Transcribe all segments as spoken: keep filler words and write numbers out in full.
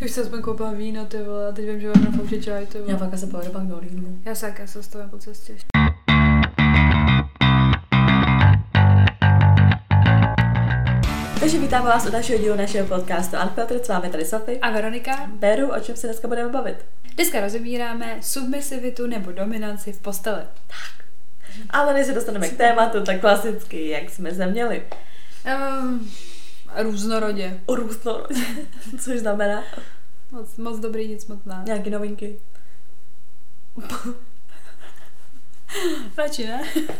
Už se aspoň koupila víno, ty vole, a teď vím, že vám na fouče čaj, ty vole. Já pak se pojedu pak do Lidlu. Já se jaká se stavím po cestě. Takže vítáme vás u dalšího dílu našeho podcastu Unfiltered, s vámi tady Sofie A Veronika. Beru, o čem se dneska budeme bavit. Dneska rozebíráme submisivitu nebo dominanci v posteli. Tak. Ale než se dostaneme k tématu, tak klasicky, jak jsme se měli. Um, různorodě. Různorodě. Což znamená? Moc, moc dobrý, nic moc ne. Nějaký novinky. Radši ne?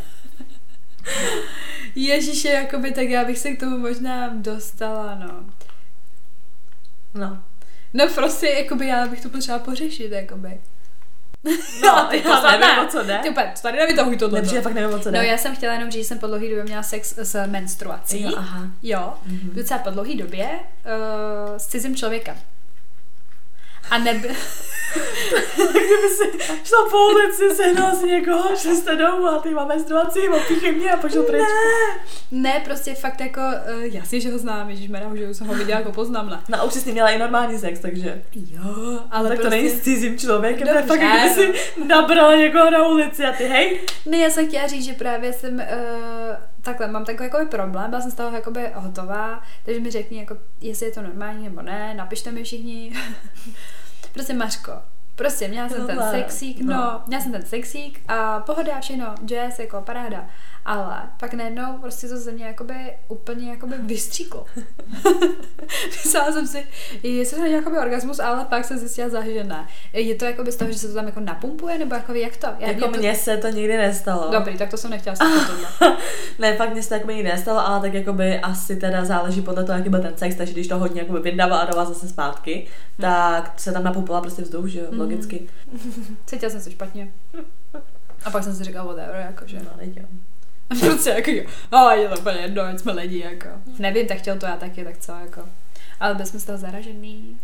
Ježiše, jakoby, tak já bych se k tomu možná dostala, no. No. No prostě, jakoby, já bych to potřeba pořešit, jakoby. No, já nevím, o co jde. Ty úplně, tady nevytahuj tohle. Nepřijde, fakt nevím, o co jde. No, já jsem chtěla jenom říct, že jsem po dlouhý době měla sex s menstruací. Jo, aha. Jo, Mhm. docela po dlouhý době uh, s cizím člověkem. A neby... Kdyby si šla po ulici, sehnala si někoho, šli jste domů a ty má menstruaci, opíchej mě a pošel pryč. Ne, prostě fakt jako, uh, jasně, že ho znám, ježišmarja, že už jsem ho viděla, jako poznám. No a už jsi s ním měla i normální sex, takže. Jo, ale tak to prostě... není s cizím člověkem, to je Dobře, fakt, kdyby si nabrala někoho na ulici a ty hej. Ne, já jsem chtěla říct, že právě jsem, uh, takhle, mám takový jakoby problém, byla jsem z toho jakoby hotová, takže mi řekni, jako, jestli je to normální nebo ne, napište mi všichni. Prostě Mařko, prostě měla jsem ten sexík, no, no, měla jsem ten sexík a pohoda, všechno, jazz, jako paráda, ale pak najednou prostě to ze mě jakoby úplně jakoby vystříklo. Myslela jsem si, jestli jsem jakoby orgasmus, ale pak jsem zjistila záhy, že ne. Je to jakoby z toho, že se to tam jako napumpuje, nebo jakoby jak to? Já, jako to... mně se to nikdy nestalo. Dobrý, tak to jsem nechtěla slyšet tohle. Ne, fakt mně se to jakoby nikdy nestalo, ale tak jakoby asi teda záleží podle toho, jaký byl ten sex, takže když to hodně jakoby vydával a dával zase zpátky, hmm. tak se tam napumpala prostě vzduch, že jo, hmm. logicky. Cítila jsem se špatně. A pak jsem si říkala whatever, jakože. No, teď jo. Prostě jako, ale je to úplně jedno, jsme lidi, jako. Nevím, tak chtěl to já taky, tak co, jako. Ale byli jsme z toho zaražený.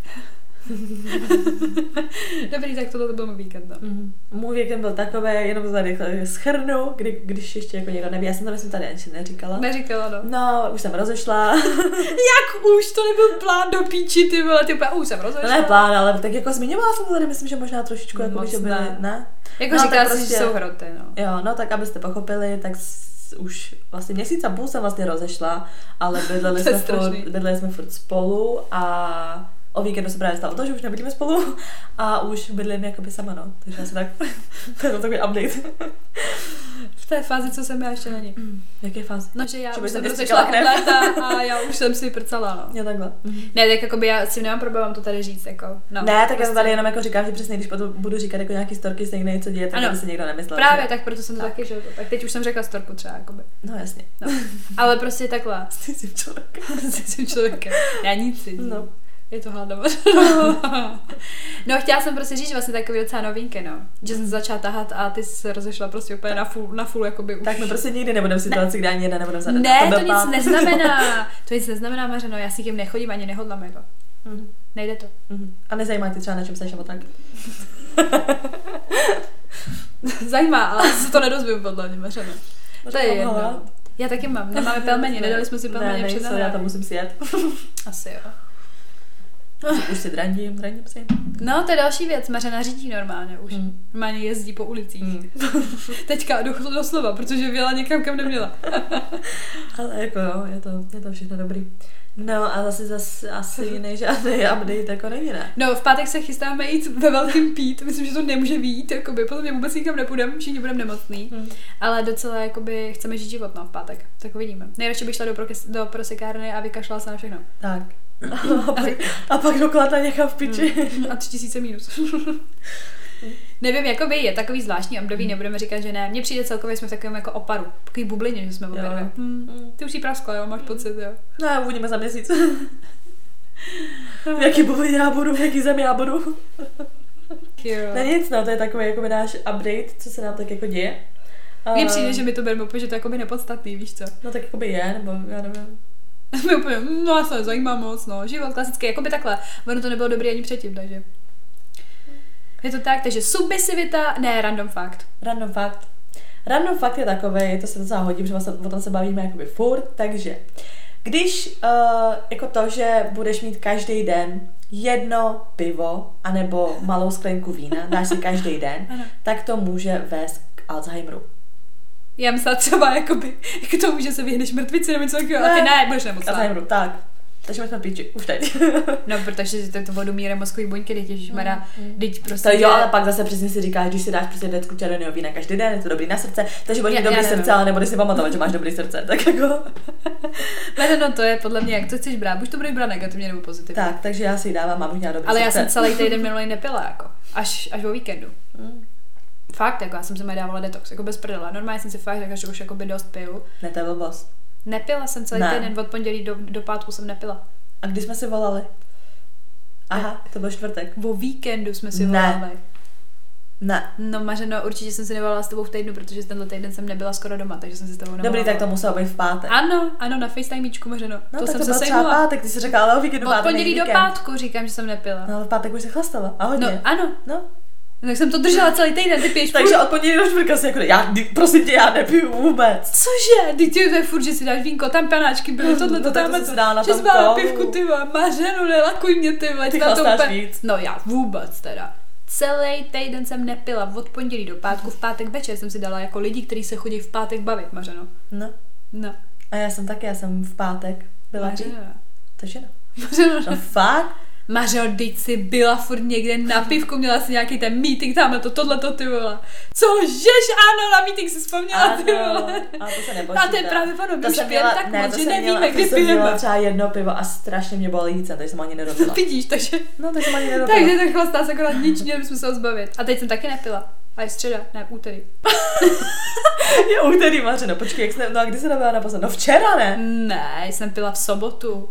Dobrý, tak tohle to byl můj víkend, no. Mm-hmm. Můj víkend byl takový, jenom to tady schrnu, kdy, když ještě jako někdo neví, já jsem to myslím tady ještě neříkala. Neříkala, no. No, už jsem rozešla. Jak už, to nebyl plán do píči, ty vole, ty úplně, už jsem rozešla. No ne plán, ale tak jako zmiňovala jsem to tady, myslím, že možná trošičku, jako by, že byly, ne. ne? Jako no, říkala prostě, si, že jsou hroty, no. Jo, no tak abyste pochopili, tak s, už vlastně měsíc a půl jsem vlastně rozešla, ale bydleli jsme, furt, bydleli jsme furt spolu a o víkendu se právě stalo to, že už nebydlíme spolu a už bydlím jakoby sama, no. Takže asi tak, to je takový update. V té fázi, co jsem já, ještě není. Mm, jaké fáze? No, že já že už jsem rozešla od léta a já už jsem si prcala, no. Jo, takhle. Mm. Ne, tak jakoby já si nemám problém to tady říct, jako. No, ne, tak prostě. já to tady jenom jako říkám, že přesně, když potom budu říkat jako nějaký storky, se někde něco děje, tak aby si někdo nemyslel. Právě, že... tak proto jsem to tak. taky, že tak teď už jsem řekla storku třeba, jakoby. No, jasně. No. Ale prostě takhle. S tím člověkem. S tím člověkem. Já nic si. No. Je to hladomoř. No, chtěla jsem prostě říct vlastně takový docela novinky, no. Že jsem začala tahat a ty jsi se rozešla prostě úplně na full, na full jakoby už. Tak my prostě nikdy nebudeme v situaci, kde ani jedna nebudeme zadat. Ne, to, to nic pán. neznamená. To nic neznamená, Mařeno, já si tím nechodím ani nehodlám, jako. Mm-hmm. Nejde to. Mm-hmm. A nezajímá tě třeba, na čem seš, nebo tak? Zajímá, ale se to nedozvím podle mě, Mařeno. To je jedno. Já taky mám, nemáme pelmeni, nedali jsme si pelmeni před námi. Ne, já to musím si jet. Asi jo. Už si drandím, drandím si. No, to je další věc, Mařena řídí normálně už. Hmm. Normálně jezdí po ulicích. Hmm. Teďka do, doslova, protože vyjela někam, kam neměla. Ale jako jo, je to, je to všechno dobrý. No a zase, zase asi jiný žádný update jako není, ne? No, v pátek se chystáme jít ve velkým pít, myslím, že to nemůže vyjít, jakoby, potom mě vůbec nikam nepůjdeme, všichni budeme nemocný, hmm. ale docela jakoby chceme žít život, no, v pátek, tak uvidíme. Nejradši bych šla do, prokes, do prosekárny a vykašlala se na všechno. Tak. A pak, a pak doklata někam v piči. Hmm. A tři tisíce minus. Nevím, jakoby je takový zvláštní období, nebudeme říkat, že ne. Mně přijde celkově, jsme v takovém jako oparu, takový bublině, že jsme obě dvě. Hmm. Ty už jí praskla, jo, máš pocit, jo. No, uvidíme za měsíc. V jaký bublině já budu, v jaký zemi já budu. Ne nic, no, to je takový jako náš update, co se nám tak jako děje. Mně přijde, že mi to bereme úplně, že to jako by nepodstatný, víš co? No tak jako by je, nebo já nevím. Mě úplně, no já se nezajímám moc, no, život klasický, jako by takhle, ono to nebylo dobrý ani předtím, takže. Je to tak, takže submisivita, ne, random fact. Random fact. Random fact je takovej, to se docela hodí, protože o tom se bavíme jakoby furt, takže když uh, jako to, že budeš mít každý den jedno pivo anebo malou sklenku vína dáš si každý den, ano. tak to může vést k Alzheimeru. Já myslela třeba jakoby, jak to může se vyhneš mrtvici nebo něco takového, a ty ne, budeš nemocná. Alzheimeru, tak. Takže my jsme píči, už teď. No, protože to, to vodu míre mozkový buňky, teď ježišmarja, mm. teď prostě... To jo, ale pak zase přesně si říkáš, když si dáš prostě decku červeného vína každý den, je to dobrý na srdce, takže budeš mít dobrý srdce, ale nebudeš si pamatovat, že máš dobrý srdce, tak jako... Ne, no to je podle mě, jak to chceš brát, buď to budeš brát negativně nebo pozitivně. Tak, takže já si ji dávám, mám už nějak dobrý ale srdce. Já jsem celý týden minulý nepila, jako, až, až o víkendu. Mm. Fakt, jako já jsem si mě dávala detox, jako bez prdele. Normálně jsem si fakt řekla, že už jako by dost piju. Ne, to je blbost. Nepila jsem celý ne. týden, od pondělí do, do pátku jsem nepila. A kdy jsme si volali? Aha, to byl čtvrtek. O víkendu jsme si ne. volali. Ne. No Mařeno, určitě jsem si nevolala s tebou v týdnu, protože tenhle týden jsem nebyla skoro doma, takže jsem si s tebou nevolala. Dobrý, tak to muselo být v pátek. Ano, ano, na FaceTimečku Mařeno. No, to tak jsem to se třeba pátek, ty jsi řekla, ale o víkendu od pondělí do pátku říkám, že jsem nepila. No, ale v pátek už se chlastala. A hodně. No, ano. No. No, tak jsem to držela celý týden, ty piješ Takže od pondělí do čtvrtka si jako, já, prosím tě, já nepiju vůbec. Cože? Ty to je furt, že si dáš vínko, tam panáčky byly, tohle, to tam, si dá na že jsi na pivku, ty vole, Mařenu, nelakuj mě, ty vole, ty chlastáš víc. No já vůbec teda. Celý týden jsem nepila, od pondělí do pátku, v pátek večer jsem si dala jako lidi, kteří se chodí v pátek bavit, Mařeno. No. No. A já jsem taky, já jsem v pátek byla pít. Takže no. Mařeno. No fakt? Mařo, teď jsi byla furt někde na pivku, měla jsi nějaký ten meeting, tamhle to, tohleto, ty vole. Cožež, ano, na meeting si vzpomněla, ty vole. A to se nepočítá. A to je právě ono, my to už pijeme tak ne, moc, že měla, nevíme, kdy pijeme. To jsem měla pijeme. třeba jedno pivo a strašně mě bolí jíce, takže jsem ani nedopila. Vidíš, takže... No, takže jsem ani nedopila. Takže to chlastá se akorát nič, měli bychom se ho zbavit. A teď jsem taky nepila. A je středa, ne, úterý. Je úterý, Mařeno, počkej, jak jsem, no a kdy se napila naposled? No včera, ne? Ne, jsem pila v sobotu.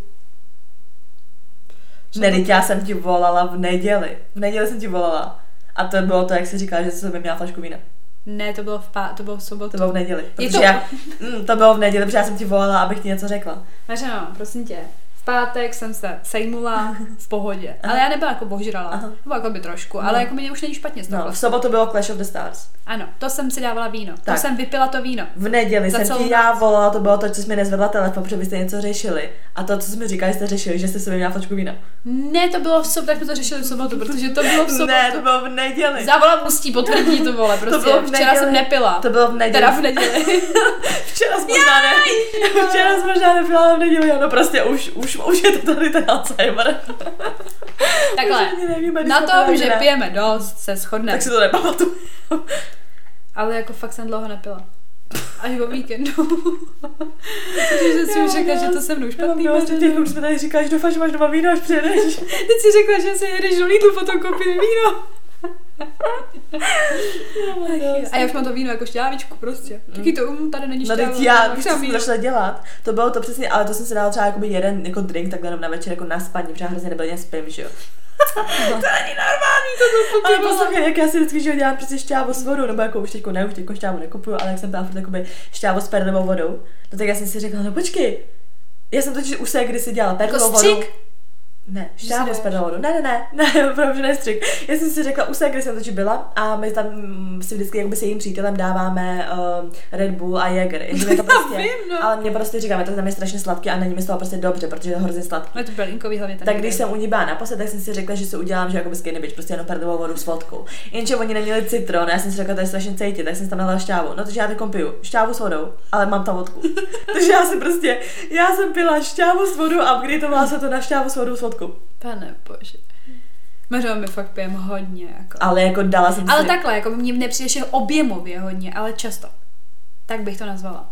Ne, teď já jsem ti volala v neděli. V neděli jsem ti volala. A to bylo to, jak jsi říkala, že jsem měla flašku vína. Ne, to bylo v, pá- to bylo v sobotu. To bylo v neděli. Je to... Já, mm, to bylo v neděli, protože já jsem ti volala, abych ti něco řekla. Mařeno, prosím tě. V pátek jsem se sejmula v pohodě. Aha. Ale já nebyla jako božrala. Aha. Nebo jako by trošku, no. Ale jako mě už není špatně z toho. No, v sobotu bylo Clash of the Stars. Ano, to jsem si dávala víno. Tak. To jsem vypila to víno. V neděli Za jsem ti já volala, to bylo to, co jsi mi nezvedla telefon, protože byste něco řešili. A to, co jsi mi říkali, jste řešili, že jste si měla flašku vína. Ne, to bylo v sobotu, tak jsme to řešili v sobotu, protože to bylo v sobotu. Ne, to bylo v neděli. Závolám Ústí, potvrdí to, vole, prostě. To bylo v včera jsem nepila. To bylo v neděli. Teda v neděli. Včera jsme možná ne. Včera jsme možná nepila v neděli, ano, prostě už, už, už je to tady ten Alzheimer. Takhle, nevíme, na tom, že pijeme dost, se shodneme. Tak si to nepamatuju. Ale jako fakt jsem dlouho nepila. Až o víkendu. Takže si už řekla, že to se mnou špatný. Já mám těch, už jsme tady říkali, že doufám, že máš doma víno, až přijedeš. Teď si řekla, že si jedeš do Lidlu, potom koupit víno. A já už mám to víno jako šťávičku prostě. Mm. Taky to, um, tady není šťáva. No teď já, když jsem začala dělat, to bylo to přesně, ale to jsem si dala třeba jakoby jeden jako drink takhle na večer, jako na spaní, protože já hrozně nebyl spím, že jo. To není normální, to bylo ale poslouchej, jak já si vždycky že dělám prostě šťávu s vodou, nebo jako už teďko ne, už teďko šťávu nekupuju, ale jak jsem byla furt jakoby šťávu s perlovou vodou, no tak já jsem si řekla, no počkej, já jsem totiž už se kdysi dělala perlovou vodou. Ne, šťávu s perlovou vodou. Ne, ne, ne, ne, opravdu ne střik. Já jsem si řekla, u Segry jsem totiž byla a my tam si vždycky jakoby s jejím přítelem dáváme uh, Red Bull a Jäger. Jenže to prostě, vím, no. Ale mě prostě říkáme, to tam je strašně sladký a není mi z toho prostě dobře, protože je to hrozně sladký. Ale to bylinkový hlavně ten. Tak když jsem u ní byla naposled, tak jsem si řekla, že si udělám, že jakoby skinny bitch, prostě jenom perlovou vodu s vodkou. Jenže oni neměli citron, já jsem si řekla, to je strašně cítit, tak jsem tam nalila šťávu. No takže já teď piju šťávu s vodou, ale mám tam vodku. Takže já si prostě, já jsem pila šťávu s vodou a kdy to byla se to na šťávu s vodou s vodkou. Pane bože. Mařo, my fakt pijeme hodně. Jako. Ale jako dala jsem Ale si... takhle, jako mě nepřijde, že objemově hodně, ale často. Tak bych to nazvala.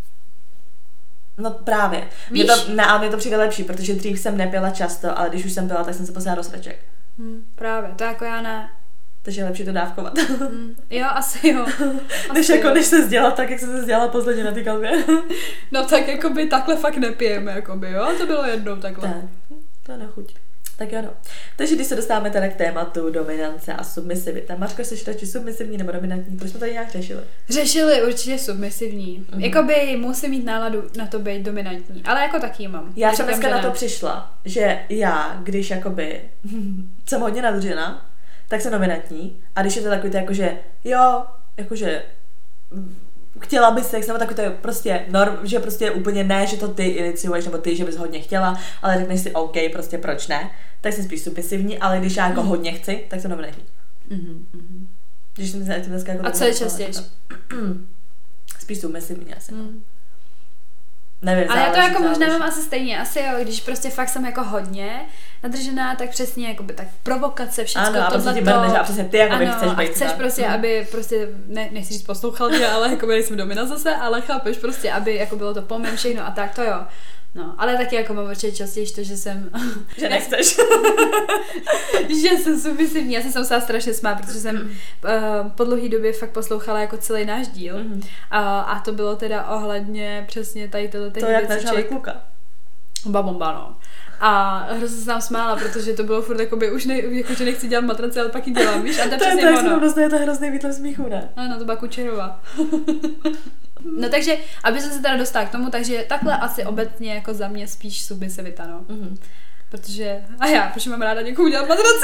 No právě. Mě to, ne, ale mě to přijde lepší, protože dřív jsem nepila často, ale když už jsem pila, tak jsem se posílala do sraček. Hmm, právě, to jako já ne. Takže je lepší to dávkovat. Hmm, jo, asi jo. Asi než jo. jako než se sdělat tak, jak jsem se sdělala posledně na té kalbě. No tak jakoby takhle fakt nepijeme, jakoby, jo? To bylo jednou takhle. Tak, to nechuť. Tak jo, no. Takže když se dostáváme teda k tématu dominance a submisivita. Mařko, jsi radši submisivní nebo dominantní? To jsme tady nějak řešili. Řešili určitě submisivní. Mm-hmm. Jakoby musím mít náladu na to být dominantní. Ale jako taky mám. Já jsem dneska na to přišla, že já, když jakoby jsem hodně nadřena, tak jsem dominantní. A když je to takový to jako, že jo, jakože chtěla bys sex, nebo takový to je prostě norm, že prostě úplně ne, že to ty iniciuješ, nebo ty, že bys hodně chtěla, ale řekneš si OK, prostě proč ne, tak jsem spíš submisivní, ale když já jako mm. hodně chci, tak se mnou nechci. Mm-hmm, mm-hmm. Když jsem se dneska jako... A co je častěji? Spíš submisivní asi. Mm. Nevím, ale záleží, já to jako záleží. možná mám asi stejně, asi jo, když prostě fakt jsem jako hodně nadržená, tak přesně jakoby tak provokace, všechno tohleto. Ano, a prostě ti brneš a přesně ty jakoby ano, chceš být. a chceš tak. Prostě, mm. aby prostě, ne, nechci říct poslouchal mě, ale jako nejsem domina zase, ale chápeš prostě, aby jako bylo to po mém všechno a tak, to jo. No, ale taky jako mám určitě častěji to, že jsem... Že nechceš. že jsem submisivní, já jsem se musela strašně smát, protože jsem uh, po dlouhý době fakt poslouchala jako celý náš díl mm. a, a to bylo teda ohledně přesně tady tyhle to jak našla kluka. Bomba, bomba, no. A hrozně se tam smála, protože to bylo furt jakoby, už ne, jako, že nechci dělat matraci, ale pak ji dělám, víš? A to, to přesně je ono. To je to hrozný výtlev smíchu, ne? Ano, to byla Kučerová. No takže, aby jsem se teda dostala k tomu, takže takhle asi obecně jako za mě spíš submisivita, no. Mm-hmm. Protože, a já, protože mám ráda někomu dělat matraci?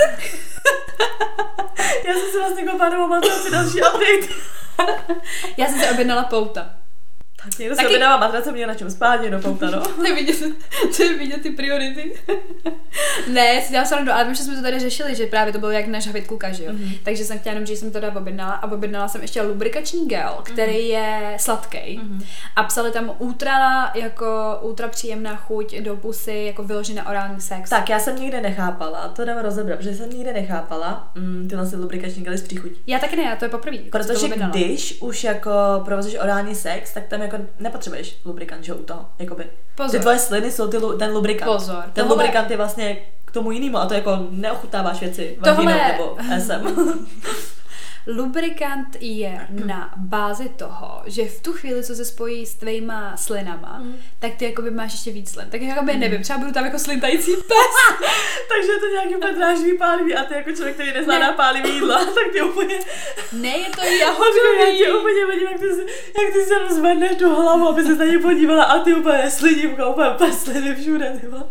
Já jsem si vlastně koupala novou matraci, další update. Já jsem si objednala pouta. Tak někdo si objednává matrace, mě na čem spát, někdo pouta, no. To je vidět, to je vidět ty priority. Ne, já si dělám srandu, ale vím, že jsme to tady řešili, že právě to bylo jak náš Havit Kuka, že jo. Mm-hmm. Takže jsem chtěla jenom, že jsem to teda objednala a objednala jsem ještě lubrikační gel, který mm-hmm. je sladký. Mm-hmm. A psali tam ultra, jako ultra příjemná chuť do pusy, jako vyložená orální sex. Tak, já jsem nikdy nechápala, to jdeme rozebrat, protože jsem nikdy nechápala mm, tyhle si lubrikační gely z příchuť. Já taky ne, já to je poprvé. Protože když už jako provozuješ orální sex, tak tam jako nepotřebuješ lubrikant, že u toho, jakoby. Pozor. Ty tvoje sliny jsou ty, ten lubrikant. Pozor. Ten Tohle... lubrikant je vlastně k tomu jinému a to jako neochutáváš věci vaginou Tohle... nebo esem. Lubrikant je na bázi toho, že v tu chvíli, co se spojí s tvýma slinama, mm. tak ty jakoby máš ještě víc slin. Tak jakoby mm. nevím, třeba budu tam jako slintající pes. Takže je to nějaký podrážný pálivý a ty jako člověk, který nezvládá ne. pálivý jídla, tak ty úplně... Ne, je to jahodový. Já tě úplně vidím, jak ty, jak ty se rozvedneš tu hlavu, aby se na ně podívala a ty úplně slidívka, úplně pesliny všude, ty vole.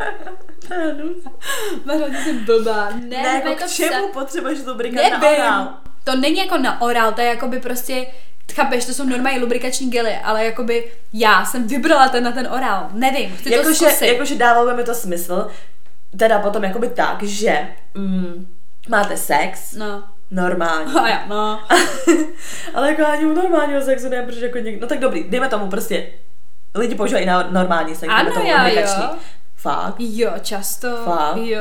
Mařo, ty jsi blbá. Ne, ne jako k čemu potřebuješ lubrikant na orál? To není jako na orál, to je jakoby prostě, chápeš, to jsou normální lubrikační gely, ale jakoby já jsem vybrala ten na ten orál, nevím, chci jako to zkusit. Že, jakože dávalo mi to smysl, teda potom jakoby tak, že mm, máte sex, no. normálně. A já, no. Ale jako ani u normálního sexu ne, protože jako někdo, no tak dobrý, dejme tomu prostě, lidi používají i na normální sex, ano, tomu já, lubrikační. Jo. Fakt? Jo, často. Fakt? Jo.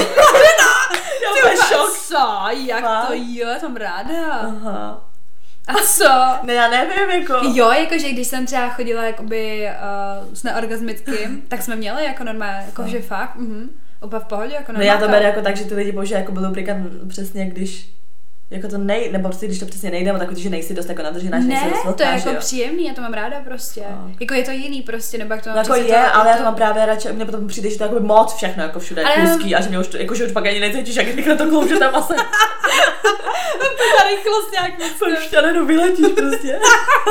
Já mám šok. Co? Jak Fakt? to jo, jsem ráda. Aha. A co? Ne, já nevím, jako. Jo, jakože když jsem třeba chodila jakoby uh, s neorgasmickým, tak jsme měli jako normálně, jakože fakt, mhm. Opa v pohodě, jako normálně. No já to beru jako tak, že ty lidi používají jako lubrikant přesně, když jako to nej, nebo prostě když to přesně nejde, tak že nejsi dost jako nadržená, že ne, nejsi dost to je jako jo? příjemný, já to mám ráda prostě. No. Jako je to jiný prostě, nebo jak to mám. No jako je, to, ale to... já to mám právě radši, mně potom přijde, že to je jako moc všechno jako všude, ale... kluský a že mě už, to, jako, že už pak ani necítíš, jak rychle to klouže tam asi. Ta rychlost nějak myslím. Už štělenou vyletíš prostě.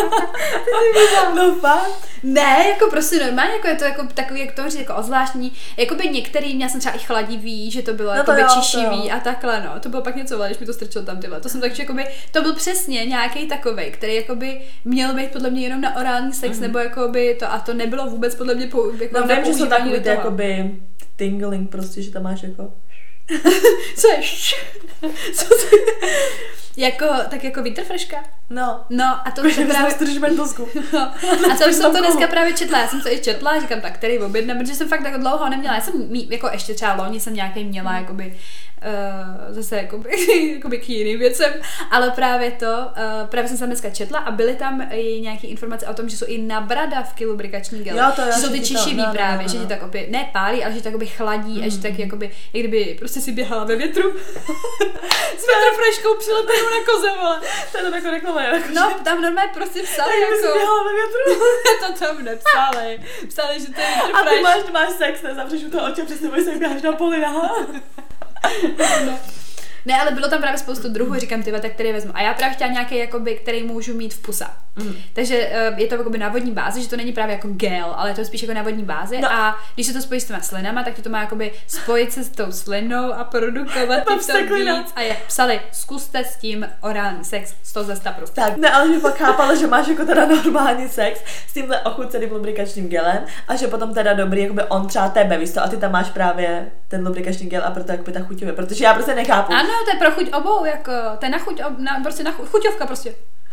No fakt. Ne, jako prostě normálně, jako je to jako takový, jak to říct, jako ozvláštní. Jakoby některý, měla jsem třeba i chladivý, že to bylo no jakoby čišivý a takhle, no. To bylo pak něco, když mi to strčilo tam tyhle. To jsem tak, že jakoby, to byl přesně nějaký takovej, který jakoby měl být podle mě jenom na orální sex, mm-hmm. nebo jakoby to, a to nebylo vůbec podle mě po, jako no, na vím, že jsou takový ty jakoby tingling tingling prostě, že tam máš jako... Co je? Co to je? Jako, tak jako Winterfreshka? No. No a to jsem právě... no. A co jsem to dneska právě četla, já jsem to i četla, říkám tak, který objednám, protože jsem fakt tak dlouho neměla, já jsem mý, jako ještě třeba loni jsem nějaký měla, jakoby, uh, zase jakoby, jakoby k jiným věcem, ale právě to, uh, právě jsem se dneska četla a byly tam i nějaké informace o tom, že jsou i na bradavky lubrikační gely, jo, to že jsou ty čišivý no, právě, no, no, že no. ti tak opět, ne pálí, ale že tak jakoby chladí mm. a že tak jakoby, jak kdyby prostě si běhala ve větru s Winterfreshkou přilepenou na koze, vole. To je to jako reklama, jako no, tam normálně prostě psali tak jako... Tak běhala ve větru. To tam nepsali. Psali, že to je Winterfresh. A ty máš, máš sex, nezavřeš u toho oči a představuji se, jak běháš na poli, aha. No. Ne, ale bylo tam právě spoustu druhů, říkám, tyva, tak který vezmu. A já právě chtěla nějaký, jakoby, který můžu mít v puse. Mm. Takže uh, je to jakoby na vodní bázi, že to není právě jako gel, ale je to spíš jako na vodní bázi. No. A když se to spojí s těma slinama, tak to má jakoby spojit se s tou slinou a produkovat tím to víc. A je psali, zkuste s tím orální sex sto ze sta prostě. Tak, ne, ale že pak chápala, že máš jako teda normální sex s tímhle ochuceným lubrikačním gelem a že potom teda dobrý, jakoby on třeba tebe, víš to, a ty tam máš právě ten lubrikační gel a proto jakoby ta chuťově, protože já prostě nechápu. Ano, to je pro chuť obou, jako, to je na chuť, na, prostě na chuť, chuťovka prostě.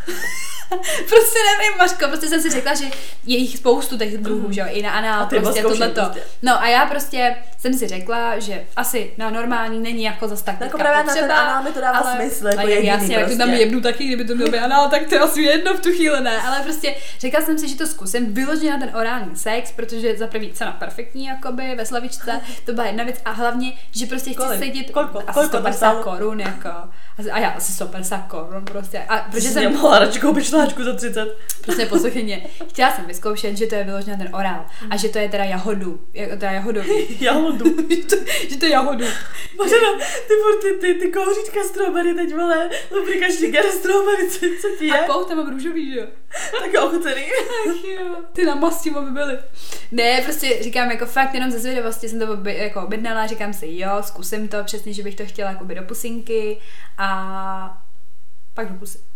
Prostě nevím, Mařko, prostě jsem si řekla, že je jich spoustu těch druhů, že jo, i na anál, prostě tohleto. Prostě. No a já prostě jsem si řekla, že asi na normální není jako zas tak jako právě potřeba, na ten anál mi to dává ale, smysl, jako jediný jasně, prostě. Jak tam jebnu taky, kdyby to měl být anál, tak to je asi jedno v tu chvíli, ne, ale prostě řekla jsem si, že to zkusím vyloženě na ten orální sex, protože za první cena perfektní, jakoby ve Slavičce, to byla jedna věc a hlavně, že prostě chci Kolik? sedět Kolko? asi Kolko sto padesát korun, jako, a já asi sto padesát korun prostě, a protože jsem mohla radši koupit šláčku za třicet. Prostě poslouchejně. Chtěla jsem vyzkoušet, že to je vyloženě ten orál a že to je teda jahodu, teda jahodový. Jahodu. že, to, že to je jahodu. Možná, ty, ty, ty, ty kouříčka strawberry teď, vole, lubrikační gel strawberry, co, co ti je? A pouta mám růžový, že jo? Tak ochucený. Ach jo, ty na masti aby byly. Ne, prostě říkám, jako fakt jenom ze zvědavosti jsem to oby, jako objednala, říkám si, jo, zkusím to, přesně, že bych to chtěla jakoby do pusinky a pak do pusy.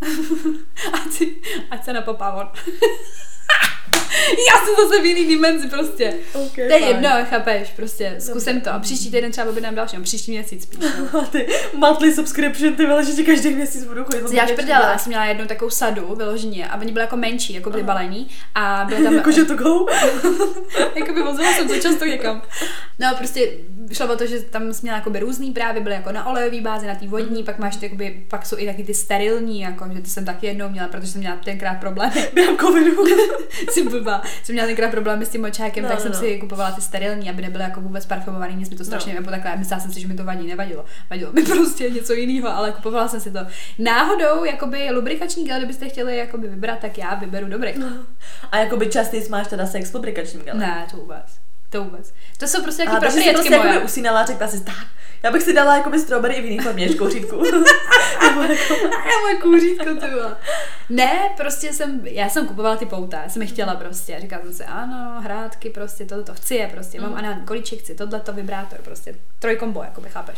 ať, si, ať se napopá on. Já jsem zase v jiný dimenzi prostě. Okay, to je jedno, chápeš, prostě zkusím to a příští týden třeba objednám další, no, příští měsíc spíš. No. Ty monthly subscription, ty vole, že ti každý měsíc budu chodit. Já prdela, já jsem měla jednu takovou sadu vyloženě a oni byly jako menší, jako byly balení a byly tam... Jakože to go? Jakoby vozila jsem to často někam. No prostě šlo o to, že tam jsi měla jakoby různý právě, byly jako na olejový bázi, na té vodní, pak máš ty, jakoby, pak jsou i taky ty sterilní, jako, že ty jsem taky jednou měla, protože jsem měla tenkrát problémy. Během covidu. Jsem blbá. Jsem měla tenkrát problémy s tím močákem, no, tak no, jsem no. si kupovala ty sterilní, aby nebyly jako vůbec parfumovaný, nic mi to strašně no. nebo takhle, myslela jsem si, že mi to vadí, nevadilo. Vadilo mi prostě něco jiného, ale kupovala jsem si to. Náhodou, jakoby lubrikační gel, kdybyste chtěli jakoby vybrat, tak já vyberu dobrý. No. A jakoby častý máš teda sex s lubrikačním gelem? Ne, to vůbec. To vůbec. To jsou prostě jaký proprietky prostě moje. Jakoby usínala a řekla si, tak, já bych si dala jakoby strawberry i v jiný formě, kouřítku. Já moje kouřítko, ty vole. Ne, prostě jsem, já jsem kupovala ty pouta, já jsem je chtěla prostě, říkala jsem si, ano, hrátky, prostě, toto to chci je prostě, mám anální kolíček, chci tohleto, vibrátor, prostě, trojkombo, jakoby, chápeš.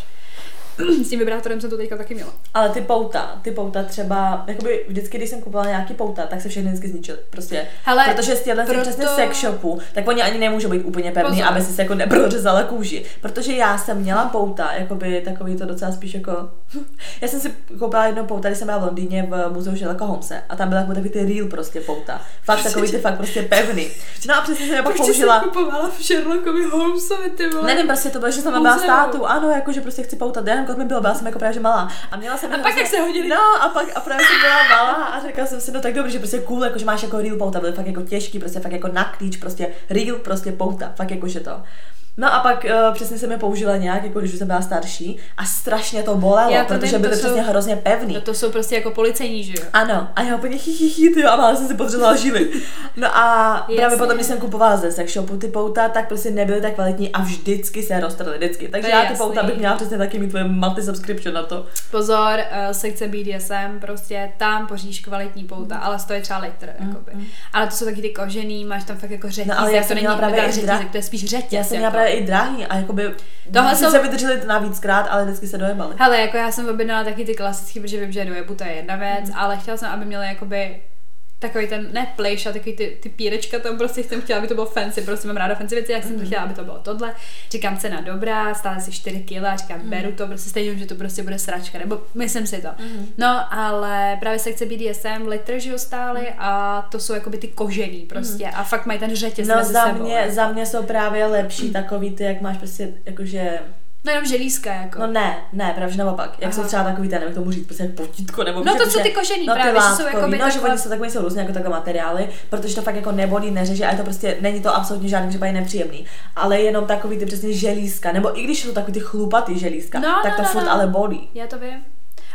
S tím vibrátorem jsem to teďka taky měla. Ale ty pouta, ty pouta třeba, jakoby vždycky, když jsem kupovala nějaký pouta, tak se všechny vždycky zničily. Prostě, hele, protože z těchto proto... přesně sex shopů, tak oni ani nemůžou být úplně pevný, Pozor. aby si se jako neprořezala kůži. Protože já jsem měla pouta, jakoby takový to docela spíš jako... já jsem si koupila jedno pouta, když jsem byla v Londýně v muzeu Sherlocka Holmese a tam byla jako takový ty real prostě pouta. Fakt takový ty fakt prostě pevný. No a přesně jsem je pak použila. Proč jsi kupovala v Sherlockovi Holmesovi, ty vole? Nevím, prostě to bylo, že jsem byla státu, ano, jako že prostě chci poutat. Já nevím, kolik mi bylo, byla jsem jako právě že malá. A měla jsem a pak jak se hodili. No, a pak a právě jsem byla malá a řekla jsem si, no tak dobrý, že prostě cool, jako že máš jako real pouta, byly fakt jako těžký, prostě fakt jako na klíč, prostě real, prostě pouta, fakt jako že to. No a pak uh, přesně jsem je použila nějak, jako když už jsem byla starší a strašně to bolelo, to protože byly přesně jsou, hrozně pevný. No to jsou prostě jako policejní, že jo? Ano, a já úplně hi, hi, hi, ty, a málo jsem si podřezala žily. No a Jasně. právě potom, když jsem kupovala ze sex shopu ty pouta, tak prostě nebyly tak kvalitní a vždycky se roztrly, vždycky. Takže já ty jasný. pouta bych měla přesně taky mít tvoje multi subscription na to. Pozor, uh, sekce B D S M, prostě tam pořídíš kvalitní pouta, mm. ale stojí třeba litr, mm. jakoby. Mm. Ale to jsou taky ty kožený, máš tam fakt jako řetízek, no, ale já to není řetízek, to je spíš řetěz. Já jsem měla právě i drahý a jakoby tohle jsou... se vydrželi navíckrát, ale vždycky se dojebaly. Hele, jako já jsem objednala taky ty klasický, protože vím, že dojebu, to je jedna věc, mm. ale chtěla jsem, aby měly jakoby takový ten, ne plejš, a takový ty, ty pírečka tam prostě jsem chtěla, aby to bylo fancy, prostě mám ráda fancy věci, jak jsem to chtěla, aby to bylo tohle. Říkám, cena dobrá, stále si čtyři kila, říkám, mm. beru to, prostě stejně, že to prostě bude sračka, nebo myslím si to. Mm. No, ale právě sekce B D S M, litr, že jo, stály a to jsou jakoby ty kožený prostě mm. a fakt mají ten řetěz no, mezi za sebou. Mě, za mě jsou právě lepší mm. takový ty, jak máš prostě, jakože... No jenom želízka jako. No ne, ne, právě naopak. Jak Aha. jsou třeba takový ten, nevím tomu říct, prostě jak potítko nebo no to jsou ty kožený no, právě, že jsou jako by no, takové... že oni jsou takový, jsou různě jako takové materiály, protože to fakt jako nebolí, neřeže a je to prostě, není to absolutně žádný případě nepříjemný. Ale jenom takový ty přesně želízka, nebo i když jsou takový ty chlupatý želízka, no, tak to no, furt no. ale bolí. Já to vím.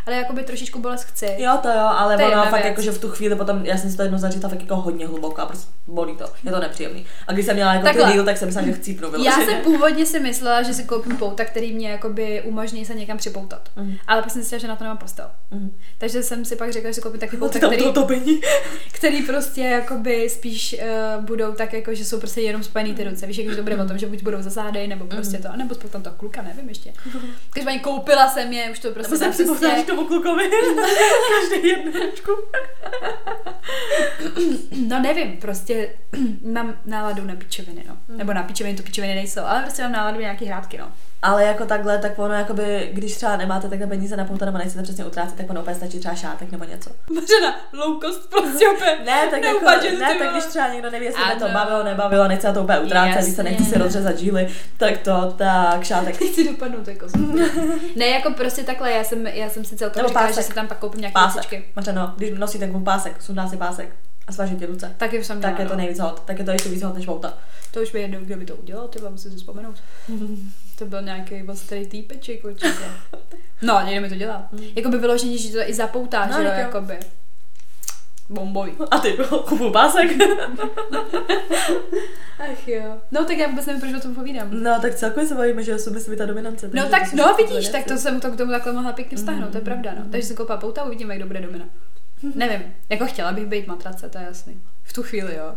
ale jakoby trošičku bolest chci. Jo, to jo, ale to ono fakt jako, že v tu chvíli potom, já jsem si to jednou zaříta fakt jako hodně hluboko a prostě bolí to, je to nepříjemný. A když jsem měla jako Takhle. Ty díl, tak jsem myslela, že chcípnu vyloženě. Já jsem původně si myslela, že si koupím pouta, který mě jakoby umožní se někam připoutat. Mm. Ale pak jsem si že na to nemám postel. Mm. Takže jsem si pak řekla, že si koupím takový pouta, který, který prostě jakoby spíš uh, budou tak jako, že jsou prostě jenom spojený ty ruce. Víš, když to bude o tom, že buď budou za zády, nebo prostě to, nebo spolu tam toho kluka, nevím ještě. Každopádně koupila jsem je, už to prostě jsem si prostě... tomu klukovi. Každý jedničku. No nevím, prostě mám náladu na pičoviny, no. Mm. Nebo na pičoviny, to pičoviny nejsou, ale prostě mám náladu na nějaký hrátky, no. Ale jako takhle, tak ono jakoby, když třeba nemáte takhle peníze na pouta nebo nechcete přesně utrácet, tak ono opět stačí třeba šátek nebo něco. Možná low cost prostě opět. Ne, tak jako, ne, tak když třeba někdo neví, jestli mě to bavilo, nebavilo, nechce to úplně utrácet, když se nechce si rozřezat žíly, tak to, tak šátek. Teď si dopadnout jako Ne, jako prostě takhle, já jsem, já jsem si celkově říkala, že si tam pak koupím nějaké věcičky. Mařeno, když nosíte takový pásek, sundá si pásek a svažíte ruce. Tak je, jsem tak je to nejvíc hot, tak je to ještě víc hot než pouta. To už by jednou, kdo by to udělal, ty musím si vzpomenout. To byl nějaký ostrý týpeček určitě. No, někdo mi to dělal. Mm. Jakoby vyloženě, že to i zapoutá, no, že jo, jakoby. Bomboj. A ty, kupu pásek. Ach jo. No tak já vůbec nevím, proč o tom povídám. No tak celkově se bavíme, že osobně si ta dominance. No tak, no vidíš, tak to jsem to k tomu takhle mohla pěkně vztáhnout, mm. to je pravda, no. Takže jsem koupila pouta, uvidíme, kdo bude domina. Nevím, jako chtěla bych být matrace, to je jasný. V tu chvíli, jo.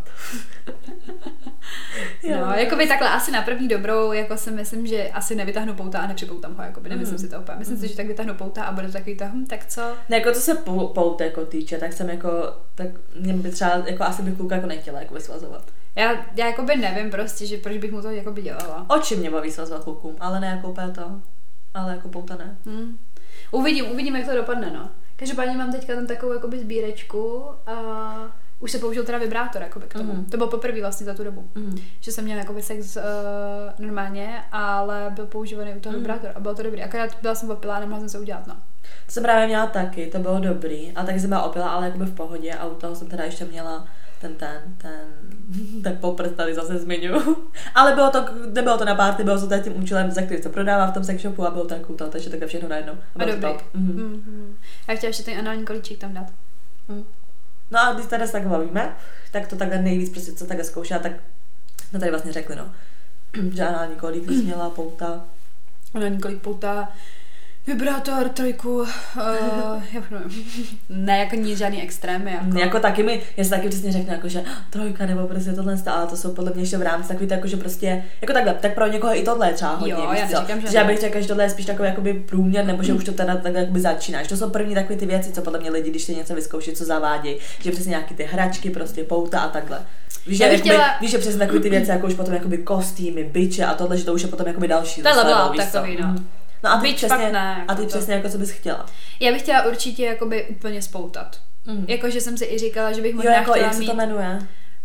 No, jakoby takhle asi na první dobrou, jako si myslím, že asi nevytáhnu pouta a nepřipoutám ho, jakoby nemyslím mm. si to úplně. Myslím mm. si, že tak vytáhnu pouta a bude to takový to, hm, tak co? Ne, jako co se pouta jako týče, tak jsem jako, tak mě by třeba, jako asi bych kluka jako nechtěla jako vysvazovat. Já, já jakoby nevím prostě, že proč bych mu to jakoby dělala. Oči mě baví svazovat klukům, ale ne jako úplně to, ale jako pouta ne. Hmm. Uvidím, uvidím, jak to dopadne, no. Každopádně mám teďka tam takovou jakoby sbírečku a už se použil teda vibrátor jakoby k tomu. Mm. To bylo poprvé vlastně za tu dobu. Mm. Že jsem měla jakoby sex uh, normálně, ale byl používaný u toho mm. vibrátora a bylo to dobrý. Akorát byla jsem opilá a nemohla jsem se udělat, no. To jsem právě měla taky, to bylo dobrý. A taky jsem byla opilá, ale jakoby v pohodě a u toho jsem teda ještě měla ten, ten, ten, tak poprst tady zase zmiňuji. Ale bylo to, nebylo to na party, bylo to tady tím účelem, za který se prodává v tom sex shopu a bylo to tak u toho, takže takhle všechno najednou. A bylo to top. Mm. Mm-hmm. Já chtěla ještě ten anální kolíček tam dát. Mm. No a když tady se tak bavíme, tak to takhle nejvíc prostě co takhle zkoušela, tak no tady vlastně řekli, no, že anální kolík směla, pouta. Anální kolík, pouta, vibrátor, trojku, uh, já nevím. Ne, jako nic žádný extrémy. Jako. jako taky mi, já si taky přesně řeknu, jako, že trojka nebo prostě tohle, ale to jsou podle mě ještě v rámci takový to, jako, že prostě, jako takhle, tak pro někoho i tohle je třeba hodně, jo, víš já co? Neříkám, že, že já bych řekla, že tohle je spíš takový jakoby průměr, nebo že už to teda takhle jakoby začínáš. To jsou první takové ty věci, co podle mě lidi, když se něco vyzkouší, co zavádějí, že přesně nějaký ty hračky, prostě pouta a takhle. Víš, že, jakoby, chtěla... víš, že přesně takové ty věci, jako už potom jakoby kostýmy, biče a tohle, že to už je potom jakoby další. Tohle bylo takový, no. No a ty přesně, ne, a ty přesně jako co bys chtěla? Já bych chtěla určitě jakoby úplně spoutat. Mm. Jakože jsem si i říkala, že bych možná jo, jako, chtěla jak mít... se to jmenuje?